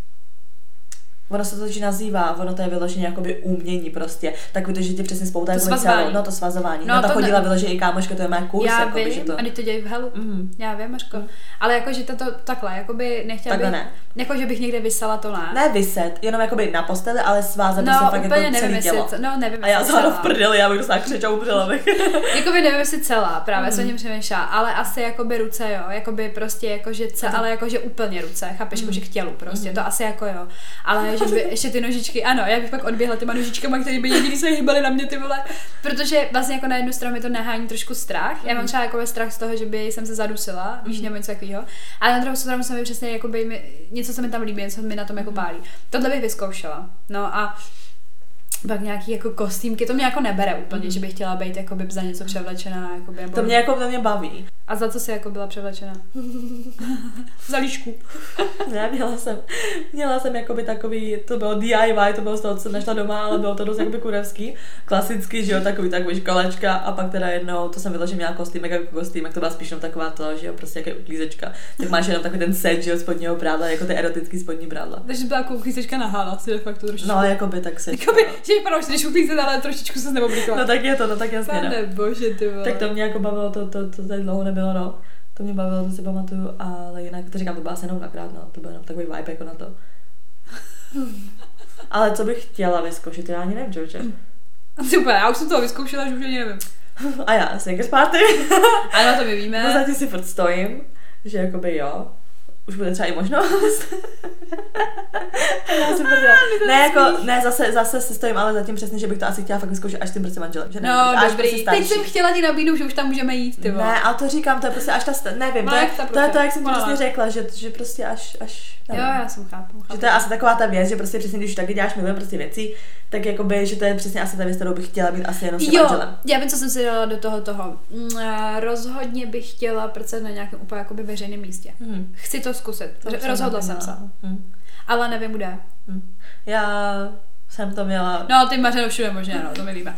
Ono se to totiž nazývá, ono to je vyloženě jakoby umění prostě. Tak víte, že tě přesně spoutá jako celou, no to svazování. No, no to chodila ne... vyloženě i kámoška, to je má kurz. Já jako, vím, že to... a teď to dělají v Helu. Mm. Já vím, Mařko. Mm. Ale jakože to, to takhle, jakoby nechtěla takhle bych, ne. Jako, že bych někde vysala to ne. Ne vyset, jenom jakoby na posteli, ale svázat no, se fakt jako nevím, celý tělo. Jestli, no nevím, a já zároveň v prdeli, já bych dostala křeča umřela bych. Jakoby nevím, jestli celá, právě mm. jsem tím přemýšlela, ale asi jakoby ruce, jo, jakoby prostě jakože ce, ale jakože úplně ruce, chápeš, mm. jakože k tělu prostě, mm. to asi jako jo. Ale že by ještě ty nožičky, ano, já bych pak odběhla těma nožičkama, které by jediný se hýbaly na mě, ty vole, protože vlastně jako na jednu stranu mi to nahání trošku strach. Já mám třeba jako strach z toho, že by jsem se zadusila, víš, nebo něco takového. Ale na druhou stranu se mi přesně jako by mi, něco se mi tam líbí, něco mi na tom jako pálí. Tohle bych vyzkoušela. No a pak nějaký jako kostýmky, to mě jako nebere úplně, mm. že bych chtěla být jako by za něco převlečená. Jakoby, to mě jako to mě baví. A za co jsi jako byla převlečena? Za líšku. Já měla jsem, měla jsem jakoby takový, to bylo D I Y, to bylo z toho, co jsem našla doma, ale bylo to dost jakoby kurevský, klasický, že jo, takový takový školečka a pak teda jednou, to jsem vyloženě měla kostýmek jako kostýmek, to byla spíš jenom taková to, že jo, prostě jaké uklízečka. Tak máš jenom takový ten set, že jo, spodního prádla, jako ty erotický spodní prádla. Takže byla jako uklízečka na hála, si de facto trošičku. No, jakoby tak se. Jakoby, že vypadalo, že jdeš uklízet, ale trošičku se neoblíkala. No tak je to, no tak jasně. Pane bože, ty vole. Tak to mě jako bavilo, to, to, to tady dlouho nebylo, no. To mě bavilo, to si pamatuju, ale jinak to říkám, to byla se jenom dvakrát, no, to byl jenom takový vibe jako na to. Ale co bych chtěla vyzkoušet, já ani nevím, čoče. Super, já už jsem toho vyzkoušela, že už ani nevím. A já, Snickers party. Ano, to my víme. No zatím si furt stojím, že jakoby jo. Už bude třeba i možnost. Já jsem ne, jako, ne, zase, zase si stojím, ale zatím přesně, že bych to asi chtěla fakt vyzkoušet až s tím prostě manželem. Že no, až dobrý. Prostě teď jsem chtěla ti nabídnout, že už tam můžeme jít, ty vole. Ne, ale to říkám, to je prostě až ta, nevím, to je, to je to, jak jsem ti prostě řekla, že, že prostě až, až nevím. Jo, já jsem chápu, chápu. Že to je asi taková ta věc, že prostě přesně, když už taky děláš milion prostě věcí, tak jakoby, že to je přesně asi ta věc, kterou bych chtěla být asi jenom s tím manželem. Já vím, co jsem si dala do toho toho. Rozhodně bych chtěla prcat na nějakém úplně jakoby veřejném místě. Hmm. Chci to zkusit. To Rozhodla jsem se. Hmm. Ale nevím, kde. Hmm. Já jsem to měla... No, ty Mařeno všude možná, no, to my víme.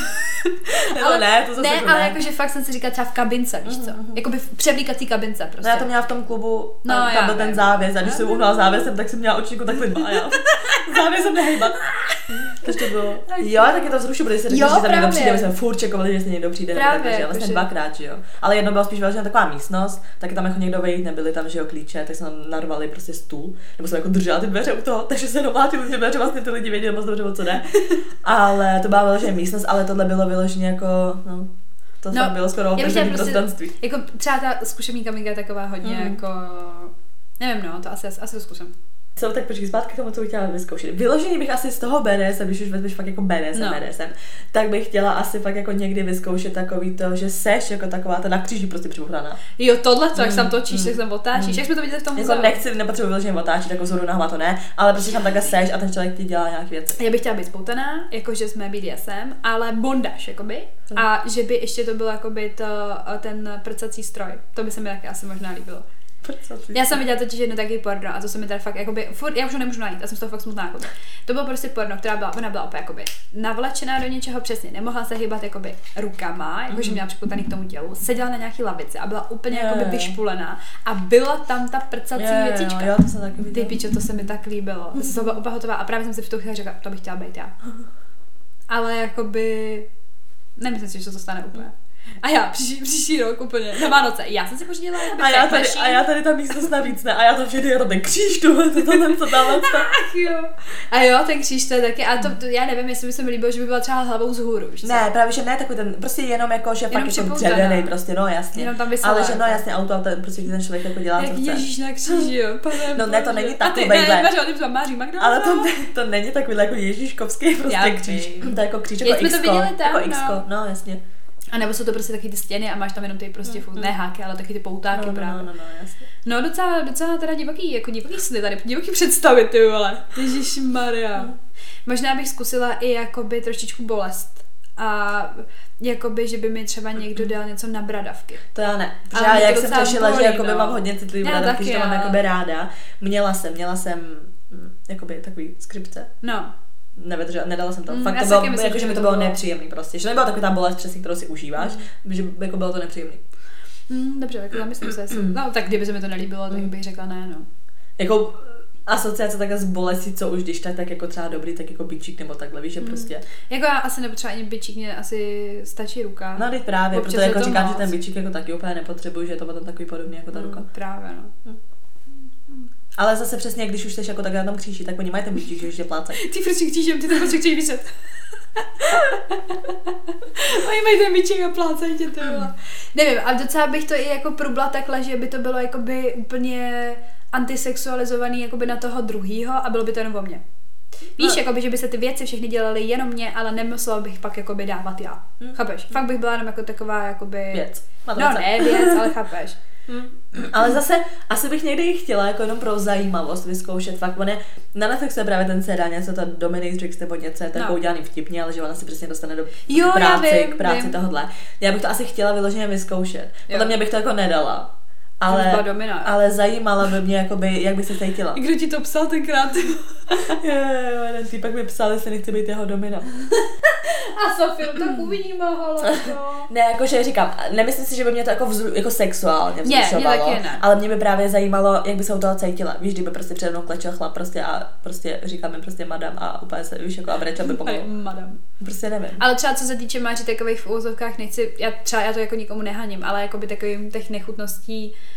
ale ne, to zase ne, jako ale ne. jakože fakt jsem si říkala třeba v kabince, víš co? Mm-hmm. Jakoby v převlíkací kabince prostě. No já to měla v tom klubu, no, tam, tam byl ten závěs a když jsem uhnula závěsem, tak jsem měla očníku takhle dva, já. Závěsem nehejbat. Takže to bylo... Jo, tak je to vzrušilo, protože se řekli, že tam někdo přijde, my jsme furt čekovali, že někdo přijde, nebo tak, že vlastně dvakrát, že jo. Ale jedno bylo spíš vlastně taková místnost, taky tam jako někdo vejít, nebyli tam, že jo, klíče, tak jsme tam narvali prostě stůl, nebo jsem jako držela ty dveře u toho, takže se domlátili ty dveře, vlastně ty lidi věděli moc dobře, o co jde. Ale to byla vyloženě místnost, ale tohle bylo vyloženě jako, no, to no, tam bylo skoro otevřený prostě, prostranství. Jako třeba ta zkušební kaminka je taková hodně mm. jako, nevím no, to asi, asi to zkusím. Co, tak počkej, zpátky k tomu, co bych chtěla vyzkoušet. Vyloženě bych asi z toho bé dé es em, když už vezmeš fakt jako bé dé es em, no. bé dé es em, tak bych chtěla asi fakt jako někdy vyzkoušet takový to, že seš jako taková ta na kříži prostě přibuchraná. Jo, tohle, co, jak mm, se tam točíš, mm, jak se tam otáčíš, mm. jak jsme to viděli v tom muzeu. Jako nechci, nepotřebuji vyloženě otáčet, jako vzhůru nohama to ne, ale prostě tam takhle seš a ten člověk ti dělá nějaké věci. Já bych chtěla být spoutaná, jakože jsme bé dé es em, ale bondaž, jakoby, mm. a že by ještě to bylo jakoby to, ten prcací stroj, to by se mi taky asi možná líbilo. Já jsem viděla totiž jedno taky porno a to se mi tady fakt jakoby, furt, já už ho nemůžu najít, já jsem z toho fakt smutná jakoby. To bylo prostě porno, která byla, ona byla opět jakoby navlečená do něčeho přesně, nemohla se hýbat jakoby rukama, jakože měla připutaný k tomu tělu, seděla na nějaký lavici a byla úplně je, jakoby vyšpulená a byla tam ta prcací je, věcička. Jo, to se taky viděla. Ty pičo, to se mi tak líbilo, to se to byla úplně hotová a právě jsem si v tu chvíli řekla, to bych chtěla být já. Ale jakoby, nemyslím si, že to stane úplně. A já příští, příští rok úplně na Vánoce. Já jsem si pořídila a já tady a já tady ta místnost navíc ne. A já tam vždy jenom ten kříž tu, to to nevím, co tam Ach jo. A jo, ten kříž to je taky. A to, to já nevím, jestli by se mi líbilo, že by byla třeba hlavou vzhůru. Ne, právě že ne, takový ten prostě jenom jako že jenom fakt jako dřevěnej prostě, no jasně. Jenom tam ale že no jasně auto, ten prostě ten člověk jako dělá jak co chce. Ježíš na kříži, jo. No ne, to není takový. Ne, ale to to není takový jako Ježíškovský prostě kříž. To je jako kříž jako X-ko. Jako X-ko, no jasně. A nebo jsou to prostě taky ty stěny a máš tam jenom ty prostě mm, furt, mm. ne háky, ale taky ty poutáky no, právě. No, no, no, jasně. No docela, docela teda divoký, jako divoký sny tady, divoký představy, ty vole. Ježišmarja. Mm. Možná bych zkusila i jakoby trošičku bolest. A jakoby, že by mi třeba někdo dal něco na bradavky. To já ne. Protože já, jak jsem řešila, bolí, že jakoby no. mám hodně citlivý bradavky, že to mám jakoby ráda. Měla jsem, měla jsem jakoby takový skripce. No. Nevydržela, nedala jsem to. Mm, Fakt to bylo, myslím, jako, že mi to bylo, bylo nepříjemný prostě. Že nebyla taková ta bolest přesně, kterou si užíváš, mm. že jako bylo to nepříjemný. Mm, dobře, tak zamyslím se. No tak kdyby se mi to nelíbilo, tak bych řekla ne, no. Jako asociace takhle z bolesti, co už když tak, tak jako třeba dobrý, tak jako bičík nebo takhle, víš, že mm. prostě. Jako já asi nepotřeba ani bičík, mě asi stačí ruka. No teď právě, protože jako říkám, moc. Že ten bičík jako taky úplně nepotřebuji, že je to potom takový podobný jako ta mm, ruka. Právě, no. Mm. Ale zase přesně, když už jsi jako takhle na tom kříži, tak oni mají ten bičík, že ještě plácají. Ty prostě křížem, ty to prostě chtějí vyset. Oni mají ten bičík a plácají tě, to bylo. Nevím, ale docela bych to i jako prubla takhle, že by to bylo jakoby úplně antisexualizovaný jakoby na toho druhýho a bylo by to jenom o mně. Víš, no. Jakoby, že by se ty věci všechny dělaly jenom mě, ale nemusela bych pak jakoby dávat já. Hmm. Chápeš? Fakt bych byla jenom jako taková jakoby... Věc. No ne věc, ale chápeš. Hmm. Ale zase asi bych někdy chtěla jako jenom pro zajímavost vyzkoušet fakt, on je, na Netflixu je právě ten seriál, něco to Dominatrix nebo něco, je to no. Jako udělaný vtipně, ale že ona si přesně dostane do jo, práci, vím, k práci vím. Tohodle. Já bych to asi chtěla vyloženě vyzkoušet. Podle mě bych to jako nedala. Ale, ale zajímalo by mě, jakoby, jak by se cítila. Kdo ti to psal tenkrát? jo, jo, jeden týpek mi psal, jestli nechci být jeho domina. A Sofie, tak uvidíme, halo. Ne, jakože říkám, nemyslím si, že by mě to jako, vzru, jako sexuálně vzrušovalo, ne, ne. ale mě by právě zajímalo, jak by se u toho cítila. Víš, kdyby prostě přede mnou klečel chlap prostě a prostě říkáme prostě madam a úplně se, víš, jako a brečel by pomalu. Madam. Prostě nevím. Ale třeba co se týče máří takových v úvozovkách, nechci, já třeba já to jako nikomu nehaním, ale jako by takovým těch nechutností,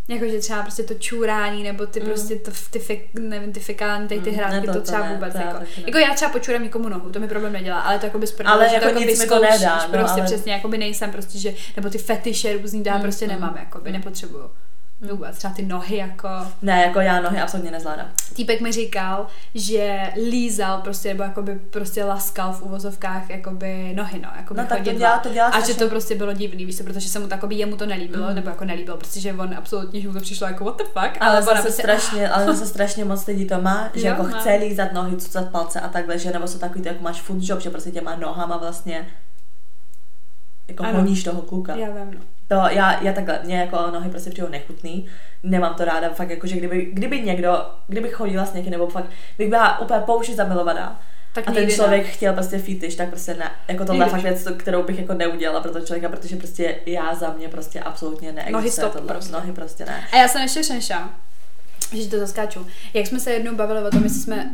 Jakože třeba prostě to čůrání, nebo ty mm. prostě to, ty, fik, nevím, ty fikální, ty, ty hrátky, mm, to, to třeba ne, vůbec. Jako. jako já třeba počůrám někomu nohu, to mi problém nedělá, ale to jako by sprdilo, ale že jako to jako nic mi to nedá, no, prostě ale... přesně, jako by nejsem prostě, že, nebo ty fetiše různý dá, mm, prostě mm. nemám, jako by nepotřebuju. Mm. Vůbec, třeba ty nohy jako... Ne, jako já nohy absolutně nezvládám. Týpek mi říkal, že lízal prostě, nebo jakoby prostě laskal v uvozovkách jakoby nohy, no, jakoby no, tak chodidla. To dělá, to dělá a že to prostě bylo divný, víš, protože se mu takoby jemu to nelíbilo, mm. nebo jako nelíbilo, protože on absolutně, že mu to přišlo jako what the fuck. Ale, ale zase prostě, strašně, ale zase strašně moc lidí to má, že jo, jako má. chce lízat nohy, cucat palce a takhle, že nebo jsou takový to, jako máš food job, že prostě těma nohama vlastně jako ano. honíš toho kluka. Já vím, no. To já, já takhle, mě jako nohy prostě přijde nechutný, nemám to ráda, fakt jako, že kdyby, kdyby někdo, kdybych chodila s někým, nebo fakt bych byla úplně pouši zamilovaná tak a ten člověk ne. chtěl prostě fetiš, tak prostě ne, jako tohle je fakt věc, kterou bych jako neudělala pro toho člověka, protože prostě já za mě prostě absolutně neexistuje nohy stop, tohle, prostě. nohy prostě ne. A já jsem ještě šenša, že to zaskáču, jak jsme se jednou bavili o tom, jestli jsme,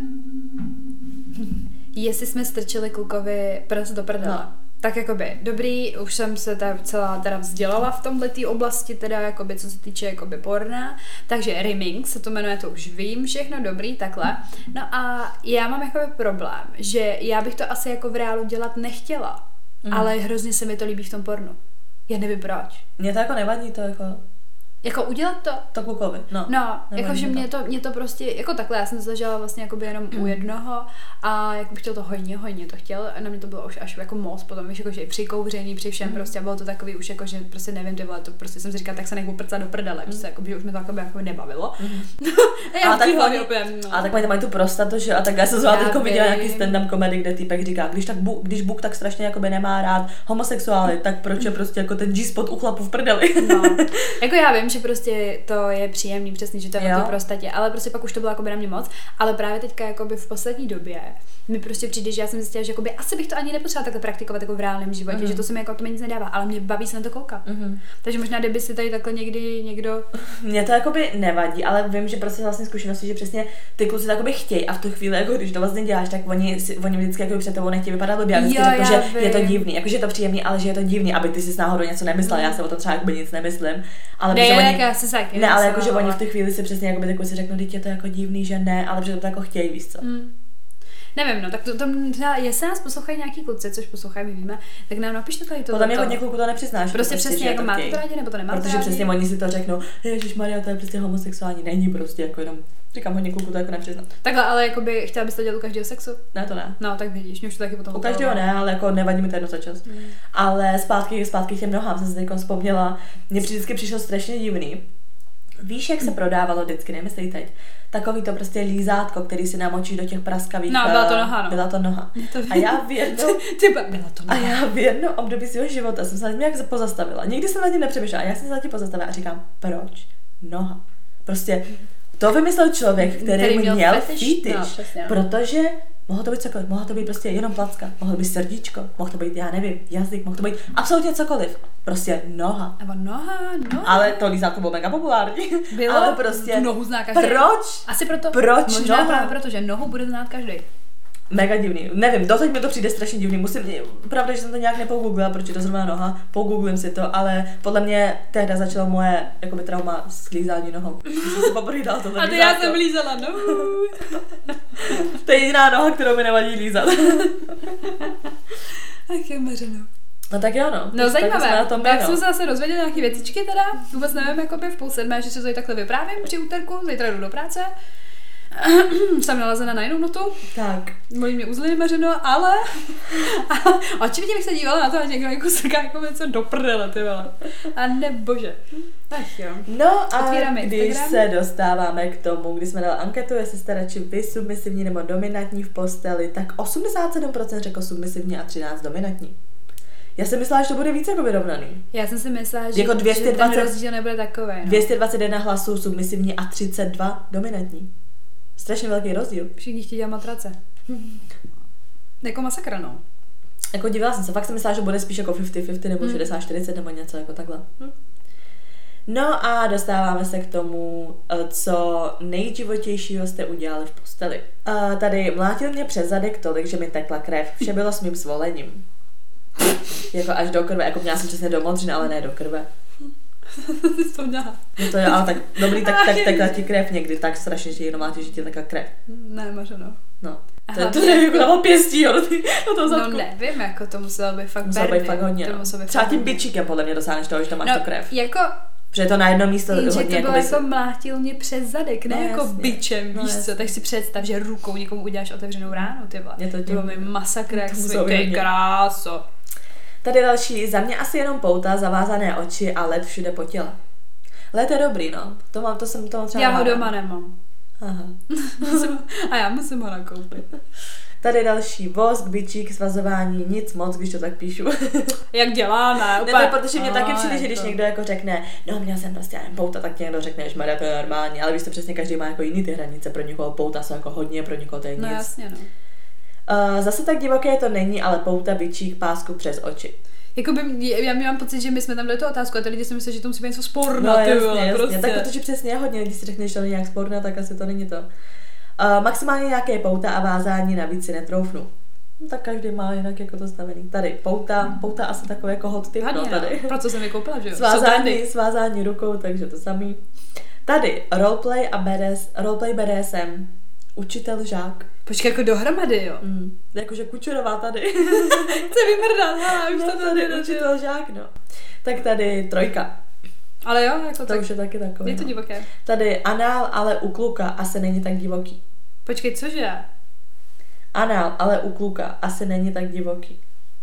jestli jsme strčili klukovi prst do prdele. No. Tak jakoby dobrý, už jsem se ta celá teda vzdělala v tomhletý oblasti, teda jakoby co se týče jakoby porna, takže rimming se to jmenuje, to už vím, všechno dobrý, takhle. No a já mám jakoby problém, že já bych to asi jako v reálu dělat nechtěla, mm. ale hrozně se mi to líbí v tom pornu. Já nevím proč. Mně to jako nevadí, to jako... Jako udělat to? To klukovi, no. No, jakože mě to, mě to prostě, jako takhle, já jsem to zažila vlastně jakoby jenom mm. u jednoho a jako bych chtěl to hodně, hodně to chtěl a na mě to bylo už až jako moc, potom víš, jakože i při kouření, při všem mm. prostě a bylo to takový už jako, že prostě nevím, ty vole, to prostě jsem si říkala, tak se nech oprcat do prdele, víš, mm. jako, že už mi to jako, jako nebavilo. Mm. a tak mají, no. a tak mají, mají tu prostatu, že a tak já jsem zvala teďko viděla nějaký stand-up komedy, kde týpek říká, když tak bu, když Bůh tak strašně jakoby nemá rád homosexuály, tak proč je prostě jako ten G-spot u chlapu v prdeli. No. Jako já vím, že prostě to je příjemný, přesně, že to je v prostatě, ale prostě pak už to bylo jakoby na mě moc, ale právě teďka jakoby v poslední době mi prostě přijde, že já jsem zjistila, že jakoby asi bych to ani nepotřebovala takhle praktikovat jako v reálném životě, mm. že to se mi jako to mi nic nedává, ale mě baví se na to koukat. Mm. Takže možná kdyby si tady takhle někdy někdo... Mně to jakoby nevadí, ale vím, že prostě vlastně zkušenosti, že přesně ty kluci jakoby chtějí a v tu chvíli, jako když to vlastně děláš, tak oni, oni vždycky jako před tebou nechtějí vypadat blbě, vždycky řeknu, že vím. Je to divný, jakože je to příjemný, ale že je to divný, aby ty si náhodou něco nemyslela, mm. já se o tom třeba jakoby nic nemyslím, ale ne, oni, já si saky, ne, ale jakože oni v tu chvíli si přesně jakoby takový si řeknou, dítě to jako divný, že ne, ale že to jako chtějí, víš co. Mm. Nevím, no, tak to, to třeba, jestli nás poslouchají nějaký kluci, což poslouchají, my víme, tak nám napište tady to. Podle mě hodně kluků to nepřiznáš. Prostě, prostě přesně, jako máte to rádi, nebo to nemáte Protože rádi. Přesně oni si to řeknou, ježišmarja, to je prostě homosexuální, není prostě jako jenom, říkám, hodně kluků to jako nepřizná. Takhle, ale jakoby, chtěla bys to dělat u každého sexu? Ne, to ne. No, tak vidíš, mě už to taky potom. U každého ne, ale jako nevadí mi to jedno za čas. Hmm. Ale zpátky, zpátky k těm nohám jsem se teď vzpomněla, mně vždycky přišlo strašně divný. Víš, jak se prodávalo vždycky, nemyslej teď, takový to prostě lízátko, který si namočí do těch praskavých... No, byla to noha, no. Byla to noha. To a já v jedno... Ty, byla to noha. A já v jedno období svého života jsem se nad tím nějak pozastavila. Nikdy jsem nad tím nepřemýšlela a já jsem se nad tím pozastavila a říkám, proč? Noha. Prostě to vymyslel člověk, který, který měl, měl fetiš, no, protože mohlo to být cokoliv, mohlo to být prostě jenom placka, mohlo to být srdíčko, mohlo to být, já nevím, jazyk, mohlo to být absolutně cokoliv. Prostě noha. Nebo noha, noha. Ale to lízátko bylo mega populární. Bylo? Ale prostě... Nohu zná každý. Proč? Asi proto. Proč možná noha? právě proto, že nohu bude znát každý. Mega divný. Nevím, doteď mi to přijde strašně divný. Musím, pravda, že jsem to nějak nepogooglila, proč je to zrovna noha. Pogooglím si to, ale podle mě tehda začalo moje jakoby trauma s lízání nohou. Jsem si poprvé dala tohle. A to já jsem lízala nohu. To je jediná noha, kterou mi nevadí lízat. Ach je mařeno. No tak jo, no. No zajímavé. Tak jsme se zase dozvěděli nějaké věcičky teda. Vůbec nevím, jakoby v půl sedmé, že se tady takhle vyprávím při úterku. Zítra jdu do práce. Jsem nalezena na jinou notu. Tak. Bolí mě uzly mařeno, ale a očividně bych se dívala na to, a někdo jako srká jako něco do prdele, ty vole. A nebože. Ach jo. No a když se dostáváme k tomu, když jsme dali anketu, jestli jste radši vy submisivní nebo dominantní v posteli, tak osmdesát sedm procent řekl submisivní a třináct procent dominantní. Já jsem myslela, že to bude více jako vyrovnaný. Já jsem si myslela, že, jako dvě stě dvacet, že ten rozdíl nebude takový. No. dvě stě dvacet jedna hlasů submisivní a třicet dva dominantní. Strašně velký rozdíl. Všichni chtějí dělat matrace. Jako masakra, no. Jako divila jsem se, fakt jsem myslela, že bude spíš jako padesát padesát nebo hmm. šedesát čtyřicet nebo něco jako takhle. Hm. No a dostáváme se k tomu, co nejživotějšího jste udělali v posteli. A tady mlátil mě přes zadek tolik, že mi tekla krev. Vše bylo s mým svolením. Jako až do krve, jako měla jsem přesně do modřin, ale ne do krve. Jsi vzpomněla. No to je, ale tak dobrý, tak, tak tekla ti krev někdy, tak strašně, že jenom máte, že ti taká krev. Ne, možno. No. To, to, to je jako dával pěstí, jo, do, ty, do toho zadku. No nevím, jako to muselo být fakt muselo berny. být fakt hodně, to no. muselo být Třeba fakt tím hodně. bičíkem podle mě dosáhneš toho, že tam máš No, tu krev. jako... Že je to na jedno místo Jenže hodně to bylo jako... jako mlátil mě přes zadek, ne No, jako jasně. bičem, No, víš jasně. co, tak si představ, že rukou někomu uděláš otevřenou ránu, ty vole. Je to To bylo mi masakr, jak to si, muselo být ty hodně. kráso. Tady další, za mě asi jenom pouta, zavázané oči a led všude po těle. Led je dobrý, no. To mám, to jsem toho třeba Já ho ráda. doma nemám. Aha. A já musím ho nakoupit. Tady další, vosk, bičík, svazování, nic moc, když to tak píšu. Jak děláme, Ne, úplně. to je, protože mě taky No, přijde, že když jako- někdo jako řekne, no měl jsem prostě jen pouta, tak ti někdo řekne, že Maria, to je normální, ale víš to přesně, každý má jako jiný ty hranice, pro někoho pouta jsou jako hodně, pro někoho to je nic. No jasně, no. Uh, zase tak divoké to není, ale pouta, bičík, pásku přes oči. Jakoby, já mám pocit, že my jsme tam dali tu otázku a ty lidi si myslí, že to musí být něco sporná, No ty jasně, vole, jasně. prostě. Tak protože přesně hodně lidí si řekne, že to není nějak sporné, tak asi to není to. Uh, maximálně nějaké pouta a vázání, navíc si netroufnu. No, tak každý má jinak jako to stavený. Tady pouta, pouta asi takový jako hot tip, no, Hodně, tady. no. Proto jsem je koupila, že jo? Jsou Svázání, trendy. svázání rukou, takže to samý. Tady roleplay a B D S, roleplay B D S M, učitel, žák. Počkej, jako dohromady, jo. Mm. Jakože Kučerová tady. Chce vymrdat, hele, už No, to tady tady učitel, žák, no. Tak tady trojka. Ale jo, jako To tak. už je taky takový. Je to no. divoké. Tady anál, ale u kluka asi není tak divoký. Počkej, cože? Anál, ale u kluka asi není tak divoký.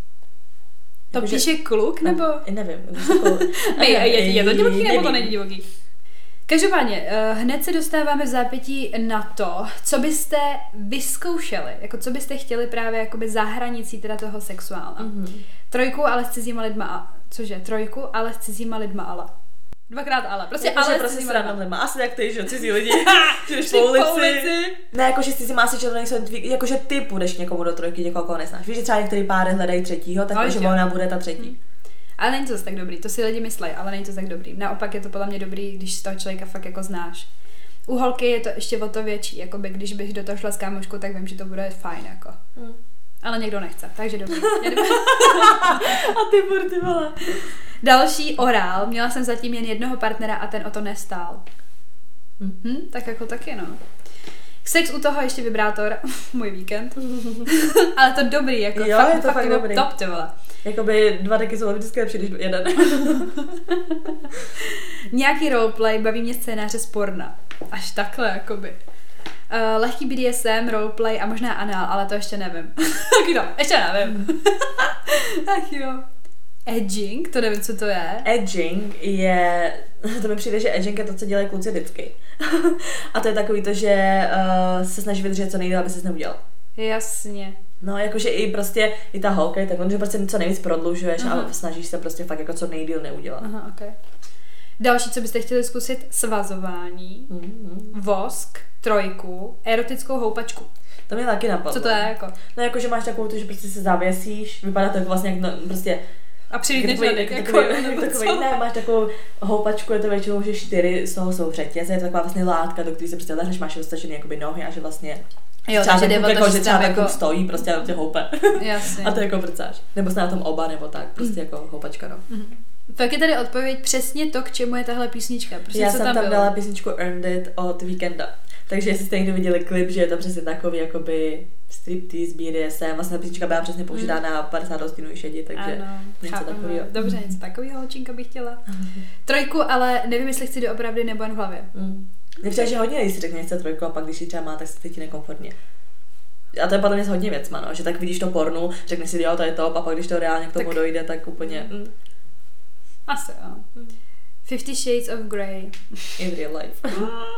To Jakože- píše kluk, nebo? No, nevím. Jako, Ej, je, je, je to divoký, nebo to nevím. není divoký? Každopádně, uh, hned se dostáváme v zápětí na to, co byste vyzkoušeli, jako co byste chtěli právě jakoby za hranicí teda toho sexuálna. Mhm. Trojku, ale s cizíma lidma, a, cože, trojku, ale s cizíma lidma, ale. Dvakrát ale, prostě Jakože ale s prostě cizíma s random lidma. lidma. Asi jak ty, že cizí lidi. Že jdeš Šli po po ulici. ulici. Ne, jakože si si máš že to nejsou tví, jakože ty půjdeš někomu do trojky, někoho, koho neznáš. Víš, že třeba některý páry hledají třetího, tak No, že jo. ona bude ta třetí. Ale není to zase tak dobrý, to si lidi myslí, ale není to tak dobrý. Naopak je to podle mě dobrý, když toho člověka fakt jako znáš. U holky je to ještě o to větší, jakoby když bych do toho šla s kámoškou, tak vím, že to bude fajn, jako. Hmm. Ale někdo nechce, takže dobrý. A ty furt, ty vole. Další orál, měla jsem zatím jen jednoho partnera a ten o to nestál. Hm. Hm, tak jako taky, no. Sex u toho ještě vibrátor, můj víkend. Ale to dobrý, jako Jo, fakt, je to fakt, fakt jako dobrý. top, ty vole. Jakoby dva deky jsou vždycky lepší, než jeden. Nějaký roleplay, baví mě scénáře z porna. Až takhle, jakoby. Uh, lehký B D S M, roleplay a možná anál, ale to ještě nevím. Taky to, ještě nevím. Ach jo. Edging, to nevím, co to je. Edging je, to mi přijde, že edging je to, co dělají kluci vždycky. A to je takový to, že uh, se snaží vydržet co nejdéle, aby ses neudělal. Jasně. No, jakože i prostě, i ta holka, tak on, že prostě co nejvíc prodlužuješ Aha. a snažíš se prostě fakt jako co nejdýl neudělat. Aha, ok. Další, co byste chtěli zkusit, svazování, Mm-hmm. vosk, trojku, erotickou houpačku. To mě taky napadlo. Co to je, jako? No, jakože máš takovou to, že prostě se zavěsíš, vypadá to jako vlastně jak, no, prostě A přilítneš takový, zadek, jako, jako, takový, nebo takový, co? ne, máš takovou houpačku, je to většinou, že čtyři z toho jsou řetězy, je to taková vlastně látka, do které se prostě lehneš, máš roztažený jakoby nohy a že vlastně Jo, třeba takže ten jde kluk o to, jako, že že třeba tam jako jako... stojí prostě a tě houpe. Jasně. A to jako vrcáš. Nebo jste na tom oba, nebo tak, prostě jako houpačka, no. Mhm. Pak je tady odpověď přesně to, k čemu je tahle písnička. Prostě Já co jsem tam, tam bylo? dala písničku Earned It od Weekenda. Takže jestli jste někdo viděli klip, že je to přesně takový jakoby striptease, B D S M, vlastně ta písnička byla přesně použitá mm. na padesát stínů šedi, takže ano, něco chápeme. takového. Dobře, něco takového holčinka bych chtěla. Trojku, ale nevím, jestli chci doopravdy nebo jen v hlavě. Mm. Mně přijde, že hodně lidí si řekne, že chce trojku a pak když ji třeba má, tak se cítí nekomfortně. A to je podle mě s hodně věcma, no, že tak vidíš to pornu, řekneš si, jo, to je top, a pak když to reálně k tomu Tak- dojde, tak úplně mm. Asi jo. Fifty Shades of Grey. in real life.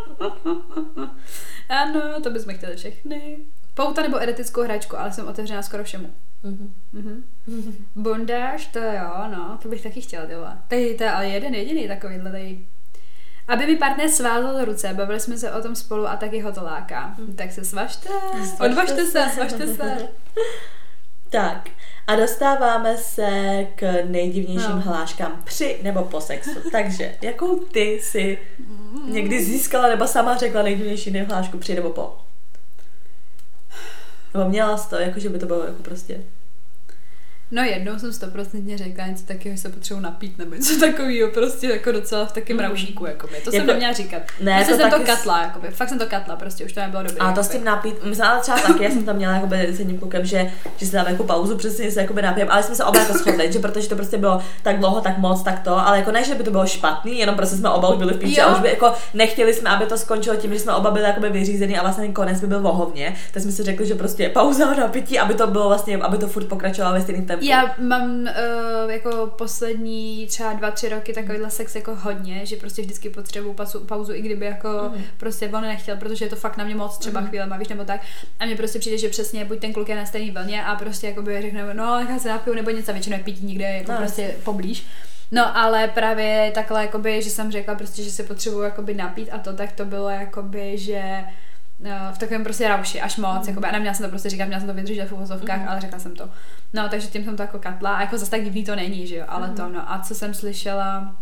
Ano, to bychom chtěli všechny. Pouta nebo erotickou hračku, ale jsem otevřená skoro všemu. Mhm. Mhm. Bondáž, to jo, no, to bych taky chtěla, ty vole. Tady to je ale jeden jediný takovýhle tady. Aby mi partner svázal ruce, bavili jsme se o tom spolu a taky ho to láká. Tak se svažte, Svažte odvažte se. se, svažte se. Tak, a dostáváme se k nejdivnějším No. hláškám při nebo po sexu. Takže, jakou ty si někdy získala nebo sama řekla nejdivnější hlášku při nebo po? Nebo měla jsi to, jako že by to bylo jako prostě... No jednou jsem stoprocentně řekla něco takového, že se potřebuji napít, nebo něco takového, prostě jako docela v takém mm. raušíku, jakoby. To jako, jsem neměla říkat. Ne, Myslím, to jsem to katla, jakoby. Fakt jsem to katla, prostě už to nebylo dobré. A to s tím napít, myslím, ale třeba taky, já jsem tam měla jakoby s jedním klukem, že, že si dáme jako pauzu, přesně se jakoby napijem, ale jsme se oba jako shodli, že protože to prostě bylo tak dlouho, tak moc, tak to, ale jako ne, že by to bylo špatný, jenom prostě jsme oba už byli v píči a už by jako nechtěli jsme, aby to skončilo tím, že jsme oba byli jakoby vyřízený a vlastně ten konec by byl vohovně, tak jsme si řekli, že prostě pauza na pití, aby to bylo vlastně, aby to furt pokračovalo ve stejném tempu. Já mám uh, jako poslední třeba dva, tři roky takovýhle sex jako hodně, že prostě vždycky potřebuju pauzu, pauzu i kdyby jako mm. prostě on nechtěl, protože je to fakt na mě moc třeba mm. chvílema, víš, nebo tak. A mně prostě přijde, že přesně buď ten kluk je na stejný vlně a prostě jakoby řekne, no nechá se napiju, nebo něco, většinou je pití někde jako no, prostě poblíž. No ale právě takhle jakoby, že jsem řekla prostě, že se potřebuju jakoby napít a to, tak to bylo jakoby, že v takovém prostě rauši, až moc, mm. jakoby, a neměla jsem to prostě říkat, měla jsem to vydržet v uvozovkách, mm. ale řekla jsem to. No, takže tím jsem to jako katla, a jako zase tak divný to není, že jo, ale mm. to, no, a co jsem slyšela